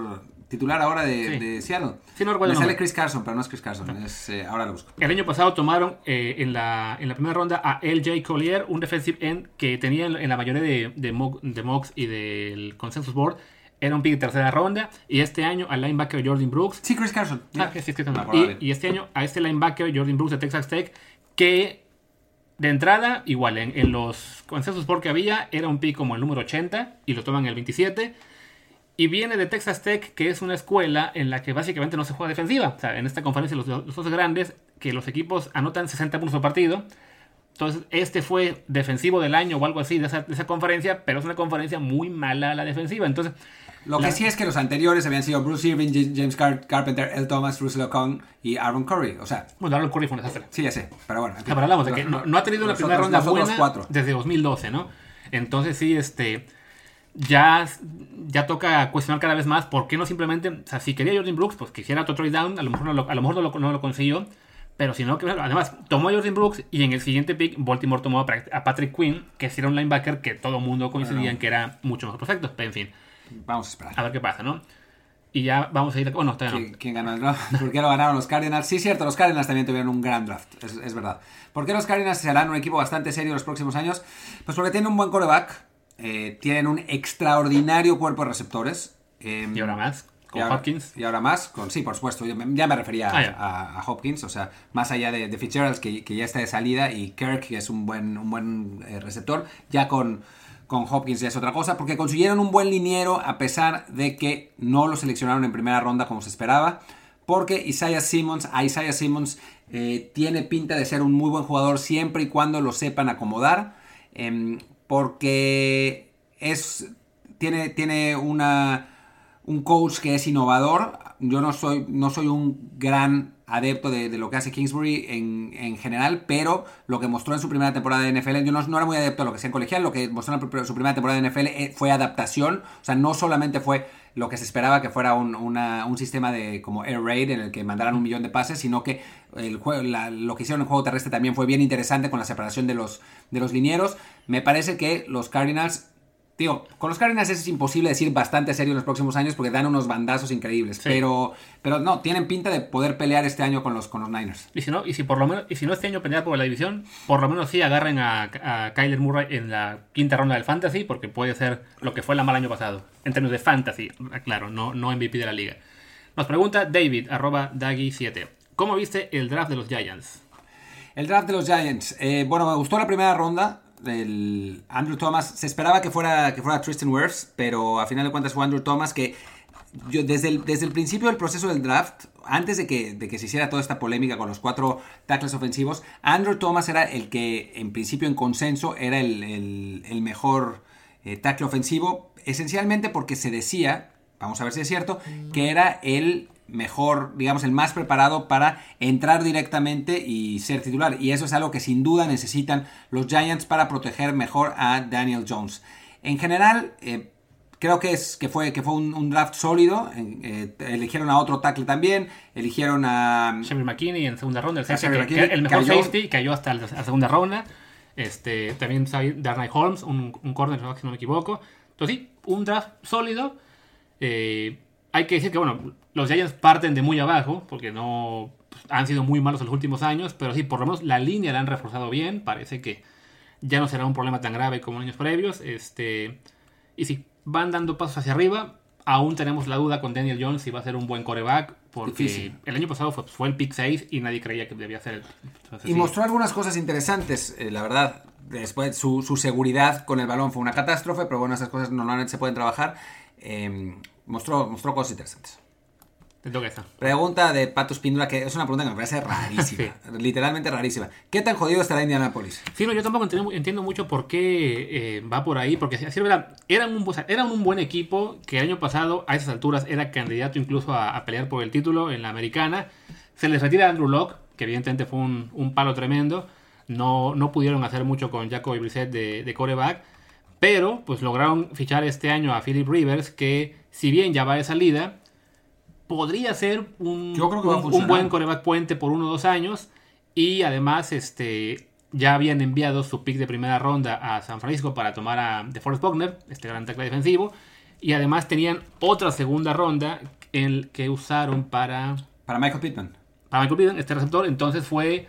titular ahora de, Sí. de Seattle. Sí, no recuerdo Me el sale nombre. Chris Carson, pero no es Chris Carson. Es, eh, ahora lo busco. El año pasado tomaron eh, en, la, en la primera ronda a L J Collier, un defensive end que tenía en, en la mayoría de, de, mock, de mocks y del consensus board. Era un pick de tercera ronda. Y este año al linebacker Jordan Brooks. Sí, Chris Carson. Ah, que sí, es que Me acordaba bien. y, y este año a este linebacker Jordan Brooks de Texas Tech, que de entrada, igual en, en los consensus board que había, era un pick como el número ochenta y lo toman el veintisiete. Y viene de Texas Tech, que es una escuela en la que básicamente no se juega defensiva. O sea, en esta conferencia los, los dos grandes, que los equipos anotan sesenta puntos por partido. Entonces, este fue defensivo del año o algo así de esa, de esa conferencia, pero es una conferencia muy mala a la defensiva. Entonces, Lo la- que sí es que los anteriores habían sido Bruce Irvin, J- James Car- Carpenter, Earl Thomas, Russell Okung y Aaron Curry. O sea, bueno, Aaron Curry fue un desastre. sí, ya sé. Pero bueno. en fin. Pero hablamos de que Los- no, no ha tenido una los primera otros- ronda los otros buena cuatro. desde dos mil doce, ¿no? Entonces sí, este ya, ya toca cuestionar cada vez más por qué no simplemente, o sea, si quería Jordan Brooks, pues quisiera otro trade down, a lo mejor no lo, a lo, mejor no lo, no lo consiguió, pero si no, que además tomó a Jordan Brooks y en el siguiente pick Baltimore tomó a, a Patrick Quinn, que sí era un linebacker que todo el mundo coincidía Bueno. en que era mucho mejor perfecto, pero en fin, Vamos a esperar. a ver qué pasa, ¿no? Y ya vamos a ir, bueno, todavía no. ¿Quién, quién ganó el draft? ¿Por qué lo ganaron los Cardinals? Sí, cierto, los Cardinals también tuvieron un gran draft, es, es verdad. ¿Por qué los Cardinals serán un equipo bastante serio en los próximos años? Pues porque tienen un buen quarterback, eh, tienen un extraordinario cuerpo de receptores. eh, Y ahora más, con y ahora- Hopkins. Y ahora más, con sí, por supuesto. Yo me- ya me refería Ah, ya. a, a Hopkins, o sea, más allá de, de Fitzgerald, que, que ya está de salida, y Kirk, que es un buen, un buen eh, receptor, ya con, con Hopkins ya es otra cosa, porque consiguieron un buen liniero a pesar de que no lo seleccionaron en primera ronda como se esperaba, porque Isaiah Simmons, a Isaiah Simmons eh, tiene pinta de ser un muy buen jugador siempre y cuando lo sepan acomodar, em, porque es tiene, tiene una un coach que es innovador. Yo no soy, no soy un gran adepto de, de lo que hace Kingsbury en, en general, pero lo que mostró en su primera temporada de N F L, yo no, no era muy adepto a lo que sea en colegial, lo que mostró en su primera temporada de N F L eh, fue adaptación, o sea, no solamente fue lo que se esperaba que fuera un, una, un sistema de como air raid en el que mandaran un millón de pases, sino que el juego, la, lo que hicieron en el juego terrestre también fue bien interesante con la separación de los, de los linieros. Me parece que los Cardinals... Tío, con los Cardinals es imposible decir bastante serio en los próximos años porque dan unos bandazos increíbles. Sí. Pero, pero no, tienen pinta de poder pelear este año con los, con los Niners. Y si no, y si por lo menos, y si no este año pelear por la división, por lo menos sí agarren a, a Kyler Murray en la quinta ronda del Fantasy, porque puede ser lo que fue la mal año pasado. En términos de Fantasy, claro, no, no M V P de la liga. Nos pregunta David, arroba Daggy siete. ¿Cómo viste el draft de los Giants? El draft de los Giants. Eh, bueno, me gustó la primera ronda. El Andrew Thomas. Se esperaba que fuera, que fuera Tristan Wirfs, pero a final de cuentas fue Andrew Thomas que yo desde el, desde el principio del proceso del draft, antes de que, de que se hiciera toda esta polémica con los cuatro tackles ofensivos, Andrew Thomas era el que en principio en consenso era el, el, el mejor eh, tackle ofensivo, esencialmente porque se decía, vamos a ver si es cierto, que era el mejor, digamos, el más preparado para entrar directamente y ser titular. Y eso es algo que sin duda necesitan los Giants para proteger mejor a Daniel Jones. En general, eh, creo que, es, que fue, que fue un, un draft sólido. Eh, eligieron a otro tackle también. Eligieron a... Sherry McKinney en segunda ronda. El, A safety Sherry que- McKinney que el mejor cayó. safety cayó hasta la la segunda ronda. Este, también está ahí Darnay Holmes, un, un corner, si no me equivoco. Entonces sí, un draft sólido. Eh, hay que decir que, bueno, los Giants parten de muy abajo, porque no pues, han sido muy malos en los últimos años, pero sí, por lo menos la línea la han reforzado bien. Parece que ya no será un problema tan grave como en años previos. Este, y sí, van dando pasos hacia arriba. Aún tenemos la duda con Daniel Jones si va a ser un buen quarterback, porque Difícil. el año pasado fue, fue el pick seis y nadie creía que debía ser el. Entonces, Y sí. mostró algunas cosas interesantes, eh, la verdad. Después su, su seguridad con el balón fue una catástrofe, pero bueno, esas cosas normalmente se pueden trabajar. Eh, mostró, mostró cosas interesantes. Te toca esta. Pregunta de Pato Espíndola, que es una pregunta que me parece rarísima. Literalmente rarísima. ¿Qué tan jodido estará Indianapolis? Sí, no, yo tampoco entiendo, entiendo mucho por qué eh, va por ahí, porque así es verdad, eran un, o sea, eran un buen equipo que el año pasado, a esas alturas, era candidato incluso a, a pelear por el título en la americana. Se les retira Andrew Locke, que evidentemente fue un, un palo tremendo. No, no pudieron hacer mucho con Jacoby Brissett de, de quarterback, pero pues lograron fichar este año a Philip Rivers, que si bien ya va de salida, podría ser un, Yo creo que va a un, un funcionar. buen quarterback puente por uno o dos años. Y además este ya habían enviado su pick de primera ronda a San Francisco para tomar a DeForest Buckner, este gran tackle defensivo. Y además tenían otra segunda ronda el que usaron para... Para Michael Pittman. Para Michael Pittman, este receptor, entonces fue...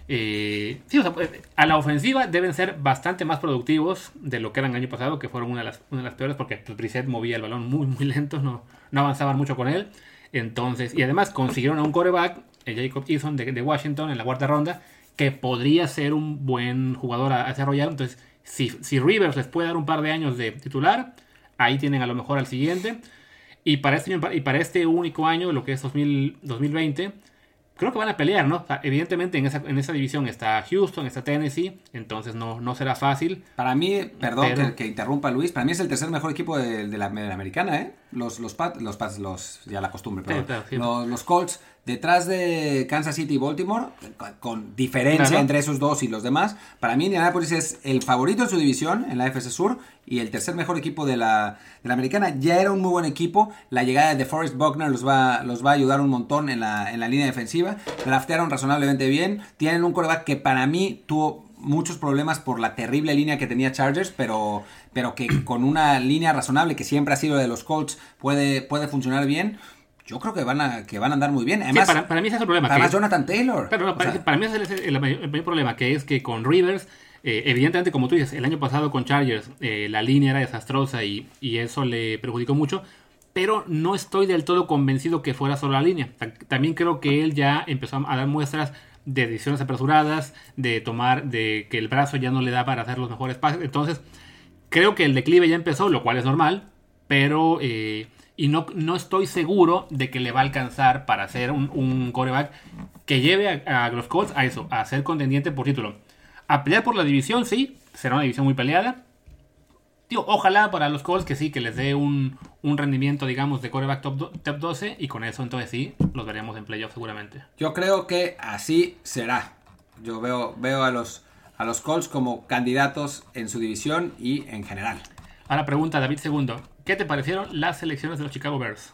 Eh, sí, o sea, a la ofensiva deben ser bastante más productivos de lo que eran el año pasado, que fueron una de las, una de las peores, porque pues, Brissett movía el balón muy, muy lento, no, no avanzaban mucho con él. Entonces, y además consiguieron a un quarterback, el Jacob Eason de, de Washington, en la cuarta ronda, que podría ser un buen jugador a, a desarrollar. Entonces, si, si Rivers les puede dar un par de años de titular, ahí tienen a lo mejor al siguiente. Y para este, y para este único año, lo que es dos mil, dos mil veinte, creo que van a pelear, ¿no? O sea, evidentemente en esa, en esa división está Houston, está Tennessee, entonces no, no será fácil. Para mí, perdón pero... que, que interrumpa Luis, para mí es el tercer mejor equipo de, de, la, de la americana, ¿eh? Los, los, Pats, los Pats, los, ya la costumbre, pero sí, claro, sí. los, los Colts, detrás de Kansas City y Baltimore, con, con diferencia claro. entre esos dos y los demás, para mí Indianapolis es el favorito en su división, en la A F C Sur, y el tercer mejor equipo de la, de la americana. Ya era un muy buen equipo, la llegada de DeForest Buckner los va, los va a ayudar un montón en la, en la línea defensiva, draftearon razonablemente bien, tienen un quarterback que para mí tuvo muchos problemas por la terrible línea que tenía Chargers, pero, pero que con una línea razonable que siempre ha sido de los Colts puede, puede funcionar bien. Yo creo que van a que van a andar muy bien. Además, sí, para, para mí ese es el problema. Además, que, Jonathan Taylor. Pero no, para, o sea, para mí ese es el, el, el mayor problema, que es que con Rivers, eh, evidentemente, como tú dices, el año pasado con Chargers, eh, la línea era desastrosa y, y eso le perjudicó mucho. Pero no estoy del todo convencido que fuera solo la línea. También creo que él ya empezó a dar muestras de decisiones apresuradas, de tomar, de que el brazo ya no le da para hacer los mejores pases. Entonces, creo que el declive ya empezó, lo cual es normal, pero eh, y no, no estoy seguro de que le va a alcanzar para ser un, un quarterback que lleve a, a los Colts a eso, a ser contendiente por título. A pelear por la división, sí, será una división muy peleada. Tío, ojalá para los Colts que sí, que les dé un, un rendimiento, digamos, de quarterback top, do, top doce, y con eso entonces sí, los veremos en playoff seguramente. Yo creo que así será. Yo veo, veo a los, a los Colts como candidatos en su división y en general. Ahora pregunta David Segundo, ¿qué te parecieron las selecciones de los Chicago Bears?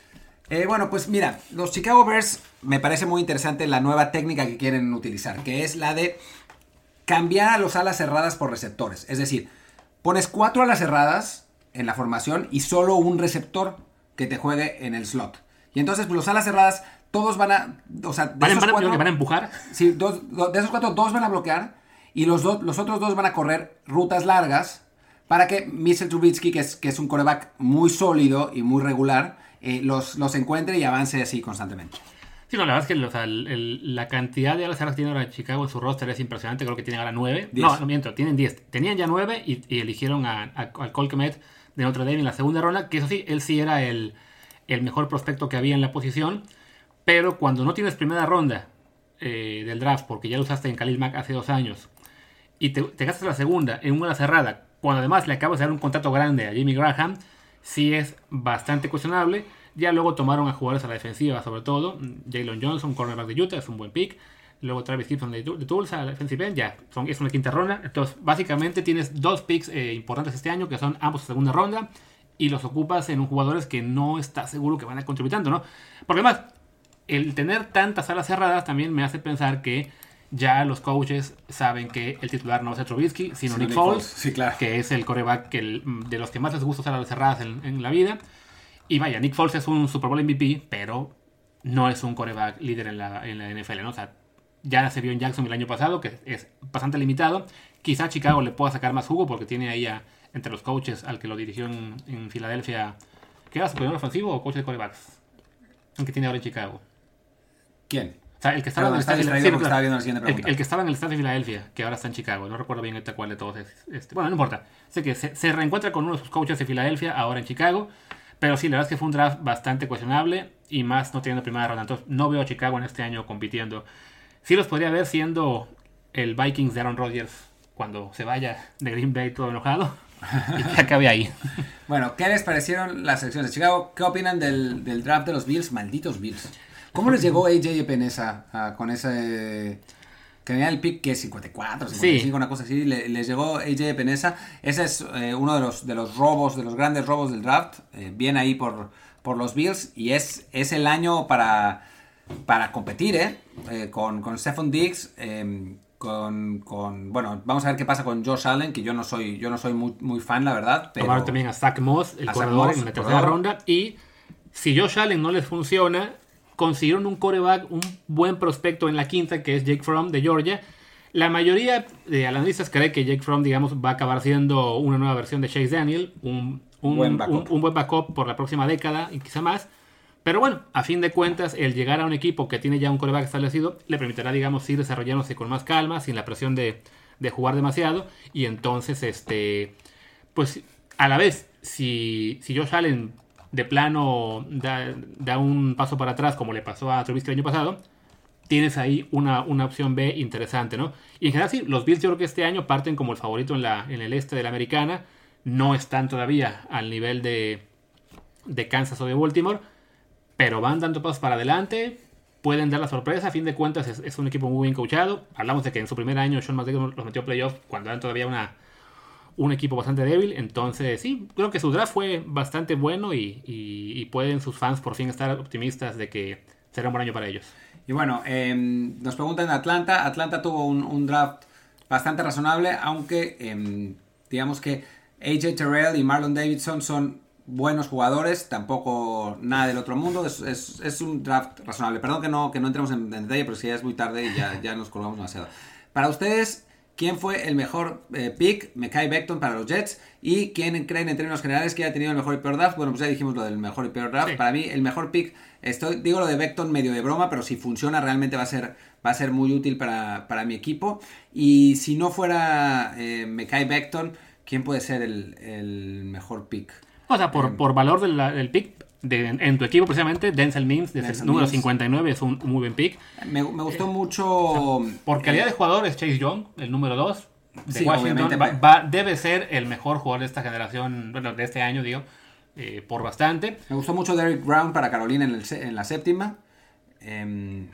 Eh, bueno, pues mira, los Chicago Bears me parece muy interesante la nueva técnica que quieren utilizar, que es la de cambiar a los alas cerradas por receptores. Es decir, pones cuatro alas cerradas en la formación y solo un receptor que te juegue en el slot. Y entonces, pues, los alas cerradas, todos van a... O sea, de ¿Van, esos van, cuatro, que van a empujar? Sí, dos, dos, de esos cuatro, dos van a bloquear y los, do, los otros dos van a correr rutas largas para que Mitchell Trubisky, que es, que es un quarterback muy sólido y muy regular, eh, los, los encuentre y avance así constantemente. Sí, no, la verdad es que o sea, el, el, la cantidad de alas cerradas que tiene ahora Chicago en su roster es impresionante. Creo que tienen ahora nueve. No, no miento, tienen diez. Tenían ya nueve y, y eligieron a, a, al Cole Kmet de Notre Dame en la segunda ronda, que eso sí, él sí era el, el mejor prospecto que había en la posición. Pero cuando no tienes primera ronda eh, del draft, porque ya lo usaste en Khalil Mack hace dos años, y te, te gastas la segunda en una ala cerrada, cuando además le acabas de dar un contrato grande a Jimmy Graham, sí es bastante cuestionable. Ya luego tomaron a jugadores a la defensiva, sobre todo. Jalen Johnson, cornerback de Utah, es un buen pick. Luego Travis Gibson de, de Tulsa, a la defensive end, ya son, es una quinta ronda. Entonces, básicamente tienes dos picks eh, importantes este año, que son ambos segunda ronda, y los ocupas en un jugadores que no estás seguro que van a contribuir tanto, ¿no? Porque además, el tener tantas alas cerradas también me hace pensar que ya los coaches saben que el titular no va a ser Trubisky, sino sí, Nick, Nick Foles, sí, claro. que es el quarterback que el, de los que más les gusta usar alas cerradas en, en la vida. Y vaya, Nick Foles es un Super Bowl M V P, pero no es un quarterback líder en la, en la N F L, ¿no? O sea, ya se vio en Jackson el año pasado, que es bastante limitado. Quizá Chicago le pueda sacar más jugo, porque tiene ahí a, entre los coaches al que lo dirigió en, en Filadelfia. ¿Qué era? ¿Su coordinador ofensivo o coach de quarterbacks? El que tiene ahora en Chicago. ¿Quién? O sea, el que estaba, Perdón, en, el está sí, claro, estaba viendo la siguiente pregunta. El, el que estaba en el staff de Filadelfia, que ahora está en Chicago. No recuerdo bien cuál de todos es. Este, bueno, no importa. Sé que se, se reencuentra con uno de sus coaches de Filadelfia, ahora en Chicago. Pero sí, la verdad es que fue un draft bastante cuestionable y más no teniendo primera ronda. Entonces no veo a Chicago en este año compitiendo. Sí los podría ver siendo el Vikings de Aaron Rodgers cuando se vaya de Green Bay todo enojado y que acabe ahí. Bueno, ¿qué les parecieron las selecciones de Chicago? ¿Qué opinan del, del draft de los Bills? Malditos Bills. ¿Cómo les llegó A J Epinesa uh, con ese... que tenía el pick que es cincuenta y cuatro, cincuenta y cinco, sí. Una cosa así, le, les llegó A J Epinesa. Ese es eh, uno de los, de los robos, de los grandes robos del draft. Eh, viene ahí por, por los Bills y es, es el año para, para competir, ¿eh? eh con, con Stephon Diggs, eh, con, con... Bueno, vamos a ver qué pasa con Josh Allen, que yo no soy, yo no soy muy, muy fan, la verdad. Pero... Tomaron también a Zach Moss, el corredor, en la tercera ronda, y Si Josh Allen no les funciona, consiguieron un quarterback, un buen prospecto en la quinta, que es Jake Fromm de Georgia. La mayoría de analistas cree que Jake Fromm, digamos, va a acabar siendo una nueva versión de Chase Daniel, un, un, buen, un, un buen backup por la próxima década y quizá más. Pero bueno, a fin de cuentas, el llegar a un equipo que tiene ya un quarterback establecido le permitirá, digamos, ir desarrollándose con más calma, sin la presión de, de jugar demasiado. Y entonces, este, pues, a la vez, si, si Josh Allen de plano da, da un paso para atrás, como le pasó a Trubisky el año pasado, tienes ahí una, una opción B interesante, ¿no? Y en general, sí, los Bills yo creo que este año parten como el favorito en, la, en el este de la americana. No están todavía al nivel de, de Kansas o de Baltimore, pero van dando pasos para adelante, pueden dar la sorpresa. A fin de cuentas es, es un equipo muy bien coachado. Hablamos de que en su primer año Sean McDermott los metió a playoff cuando eran todavía una, un equipo bastante débil. Entonces sí, creo que su draft fue bastante bueno y, y, y pueden sus fans por fin estar optimistas de que será un buen año para ellos. Y bueno, eh, nos preguntan Atlanta. Atlanta tuvo un, un draft bastante razonable, aunque eh, digamos que A J Terrell y Marlon Davidson son buenos jugadores, tampoco nada del otro mundo. Es, es, es un draft razonable. Perdón que no, que no entremos en, en detalle, pero si ya es muy tarde y ya, ya nos colgamos demasiado. Para ustedes, ¿quién fue el mejor eh, pick? Mekhi Becton para los Jets. ¿Y quién creen en términos generales que haya tenido el mejor y peor draft? Bueno, pues ya dijimos lo del mejor y peor draft. Sí. Para mí, el mejor pick, estoy, digo lo de Becton medio de broma, pero si funciona realmente va a ser, va a ser muy útil para, para mi equipo. Y si no fuera eh, Mekhi Becton, ¿quién puede ser el, el mejor pick? O sea, por, eh, por valor del, del pick de, en tu equipo, precisamente, Denzel Mims, desde el número Mims. cincuenta y nueve, es un, un muy buen pick. Me, me gustó eh, mucho... O sea, por calidad eh, de jugador es Chase Young, el número dos. De sí, Washington, va, va, debe ser el mejor jugador de esta generación, bueno, de este año, digo, eh, por bastante. Me gustó mucho Derrick Brown para Carolina en, el, en la séptima. Eh...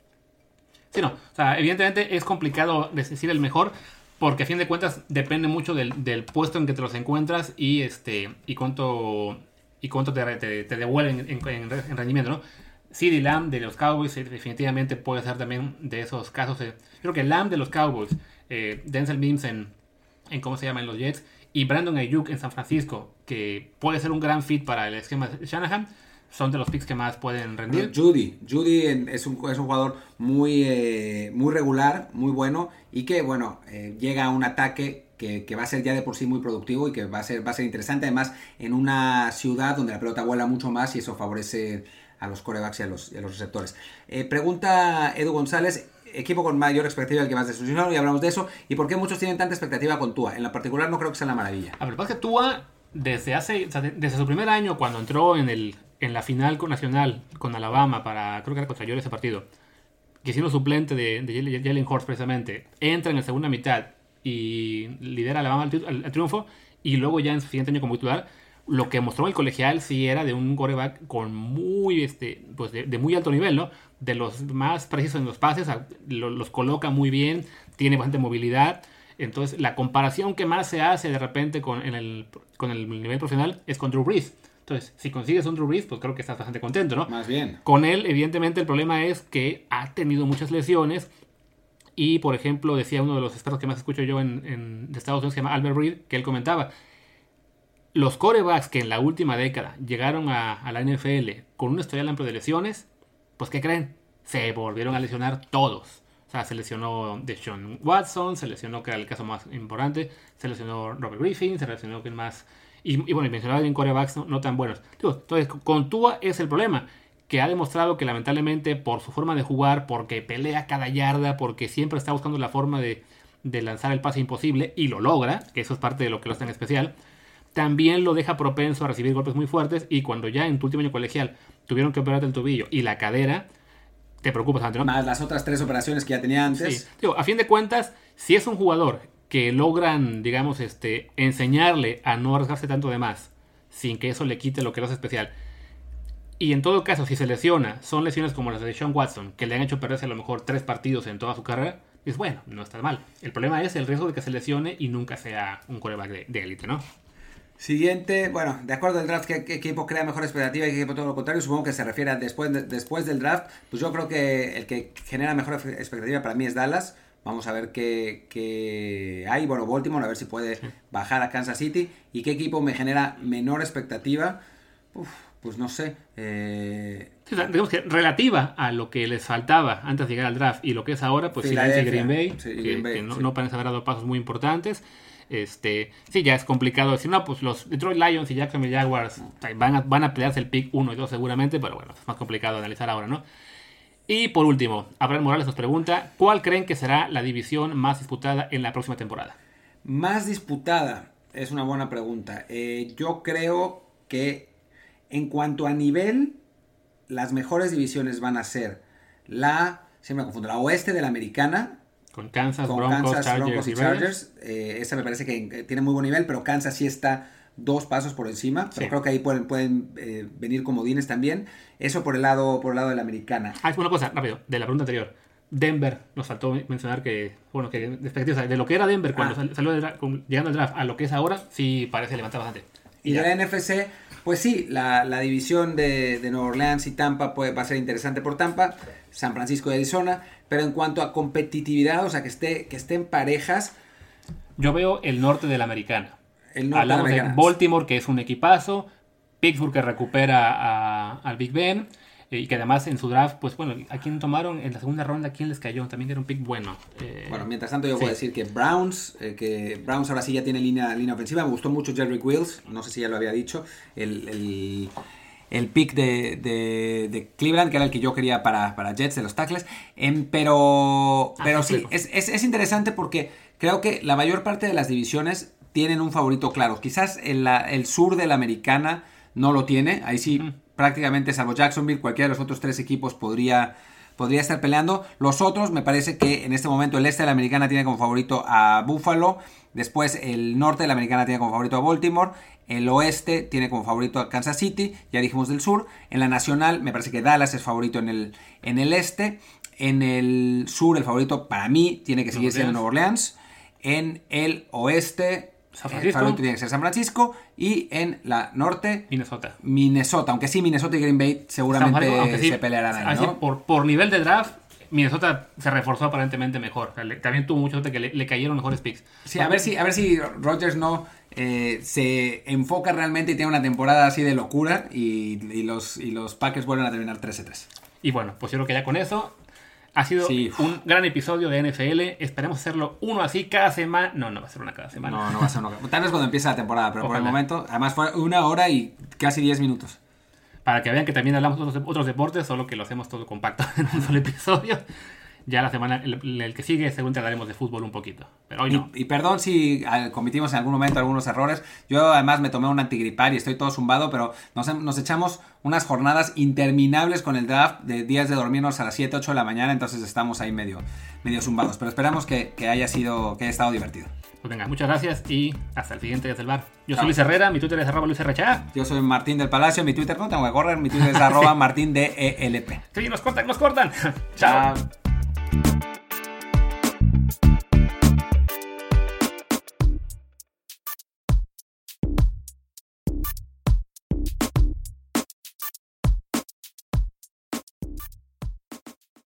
Sí, no, o sea, evidentemente es complicado decir el mejor, porque a fin de cuentas depende mucho del, del puesto en que te los encuentras y este y cuánto y cuánto te, te, te devuelven en, en, en rendimiento, ¿no? CeeDee Lamb de los Cowboys definitivamente puede ser también de esos casos. Yo creo que Lamb de los Cowboys, eh, Denzel Mims en, en cómo se llama en los Jets y Brandon Ayuk en San Francisco, que puede ser un gran fit para el esquema de Shanahan, son de los picks que más pueden rendir. Judy, Judy es un, es un jugador muy, eh, muy regular, muy bueno y que bueno eh, llega a un ataque que, que va a ser ya de por sí muy productivo y que va a ser, va a ser interesante, además en una ciudad donde la pelota vuela mucho más y eso favorece a los quarterbacks y a los, y a los receptores. Eh, pregunta Edu González, equipo con mayor expectativa el que más desilusionado, y hablamos de eso, y por qué muchos tienen tanta expectativa con Tua. En lo particular no creo que sea la maravilla. A ver, lo que pasa es que Tua desde hace, o sea, desde su primer año cuando entró en el en la final con nacional con Alabama para, creo que era contra Georgia ese partido, que siendo suplente de, de Jalen Hurts precisamente, entra en la segunda mitad y lidera a Alabama al, al, al triunfo, y luego ya en su siguiente año como titular, lo que mostró el colegial sí era de un quarterback con muy, este, pues de, de muy alto nivel, ¿no? De los más precisos en los pases, lo, los coloca muy bien, tiene bastante movilidad. Entonces la comparación que más se hace de repente con, en el, con el nivel profesional es con Drew Brees. Entonces, si consigues un Drew Brees, pues creo que estás bastante contento, ¿no? Más bien. Con él, evidentemente, el problema es que ha tenido muchas lesiones. Y, por ejemplo, decía uno de los expertos que más escucho yo en, en de Estados Unidos, que se llama Albert Reed, que él comentaba, los quarterbacks que en la última década llegaron a, a la N F L con un historial amplio de lesiones, pues, ¿qué creen? Se volvieron a lesionar todos. O sea, se lesionó Deshaun Watson, se lesionó, que era el caso más importante, se lesionó Robert Griffin, se lesionó quien más... Y, y bueno, y mencionaba bien quarterbacks no, no tan buenos. Digo, entonces, con Tua es el problema, que ha demostrado que lamentablemente por su forma de jugar, porque pelea cada yarda, porque siempre está buscando la forma de, de lanzar el pase imposible, y lo logra, que eso es parte de lo que lo hace en especial, también lo deja propenso a recibir golpes muy fuertes, y cuando ya en tu último año colegial tuvieron que operarte el tobillo y la cadera, te preocupas bastante, ¿no? Más las otras tres operaciones que ya tenía antes. Sí. Digo, a fin de cuentas, si es un jugador que logran, digamos, este, enseñarle a no arriesgarse tanto de más, sin que eso le quite lo que lo hace especial. Y en todo caso, si se lesiona, son lesiones como las de Deshaun Watson, que le han hecho perderse a lo mejor tres partidos en toda su carrera, es bueno, no está mal. El problema es el riesgo de que se lesione y nunca sea un quarterback de élite, ¿no? Siguiente, bueno, de acuerdo al draft, ¿qué, qué equipo crea mejor expectativa y qué equipo todo lo contrario? Supongo que se refiere a después, de, después del draft. Pues yo creo que el que genera mejor expectativa para mí es Dallas. Vamos a ver qué, qué hay. Bueno, Baltimore, a ver si puede bajar a Kansas City. ¿Y qué equipo me genera menor expectativa? Uf, pues no sé. Eh... Sí, o sea, digamos que relativa a lo que les faltaba antes de llegar al draft y lo que es ahora, pues Filadelfia y Green Bay, sí, que, Green Bay que no, sí. no parecen haber dado pasos muy importantes. Este, sí, ya es complicado decir, no, pues los Detroit Lions y Jacksonville Jaguars o sea, van, a, van a pelearse el pick uno y dos seguramente, pero bueno, es más complicado de analizar ahora, ¿no? Y por último, Abraham Morales nos pregunta, ¿cuál creen que será la división más disputada en la próxima temporada? Más disputada, es una buena pregunta. Eh, yo creo que en cuanto a nivel, las mejores divisiones van a ser la, siempre me confundo, la oeste de la americana. Con Kansas, con Broncos, Kansas, Chargers Broncos y y Chargers. Eh, esa me parece que tiene muy buen nivel, pero Kansas sí está dos pasos por encima. Pero sí. creo que ahí pueden, pueden eh, venir comodines también. Eso por el lado por el lado de la americana. Ah, es una cosa, rápido, de la pregunta anterior. Denver, nos faltó mencionar que, bueno, que de, o sea, de lo que era Denver cuando ah. salió draft, llegando al draft a lo que es ahora, sí parece levantar bastante. Y, y de la N F C, pues sí, la, la división de, de Nueva Orleans y Tampa puede, va a ser interesante por Tampa, San Francisco y Arizona, pero en cuanto a competitividad, o sea, que esté que estén parejas. Yo veo el norte de la americana. El norte Hablamos de, de Baltimore, que es un equipazo, Pittsburgh que recupera a, al Big Ben, y que además en su draft, pues bueno, ¿a quién tomaron en la segunda ronda? ¿A quién les cayó? También era un pick bueno. Eh, bueno, mientras tanto yo sí. voy a decir que Browns, eh, que Browns ahora sí ya tiene línea, línea ofensiva. Me gustó mucho Jedrick Wills, no sé si ya lo había dicho, el, el, el pick de, de, de Cleveland, que era el que yo quería para, para Jets de los tackles. Eh, pero, pero ah, sí, sí es, es, es interesante porque creo que la mayor parte de las divisiones tienen un favorito claro. Quizás el, la, el sur de la americana no lo tiene, ahí sí... Mm. Prácticamente, salvo Jacksonville, cualquiera de los otros tres equipos podría, podría estar peleando. Los otros, me parece que en este momento el este de la americana tiene como favorito a Buffalo. Después el norte de la americana tiene como favorito a Baltimore. El oeste tiene como favorito a Kansas City. Ya dijimos del sur. En la nacional, me parece que Dallas es favorito en el, en el este. En el sur, el favorito para mí tiene que seguir siendo Nueva Orleans. En el oeste... San Francisco. El favorito tiene que ser San Francisco. Y en la norte, Minnesota. Minnesota. Aunque sí, Minnesota y Green Bay seguramente sí, se pelearán ahí, ¿no? Por, por nivel de draft, Minnesota se reforzó aparentemente mejor. O sea, le, también tuvo mucho que le, le cayeron mejores picks. Sí, a ver si, a ver si Rodgers no eh, se enfoca realmente y tiene una temporada así de locura. Y, y, los, y los Packers vuelven a terminar trece a tres. Y bueno, pues yo creo que ya con eso... Ha sido sí. un gran episodio de N F L. Esperemos hacerlo uno así cada semana. No, no va a ser una cada semana. No, no va a ser una cada. Tal vez cuando empiece la temporada, pero Ojalá. Por el momento, además fue una hora y casi diez minutos. Para que vean que también hablamos de otros, otros deportes, solo que lo hacemos todo compacto en un solo episodio. Ya la semana, el, el que sigue, según hablaremos de fútbol un poquito. Pero hoy no. Y, y perdón si cometimos en algún momento algunos errores. Yo además me tomé un antigripal y estoy todo zumbado, pero nos, nos echamos unas jornadas interminables con el draft de días de dormirnos a las siete, ocho de la mañana, entonces estamos ahí medio, medio zumbados. Pero esperamos que, que haya sido, que haya estado divertido. Pues venga, muchas gracias y hasta el siguiente Desde el Bar. Yo Chao. soy Luis Herrera, mi Twitter es arroba Luis Herrera. Yo soy Martín del Palacio, mi Twitter no tengo que correr, mi Twitter es arroba Martín de E L P. Sí, nos cortan, nos cortan. Chao.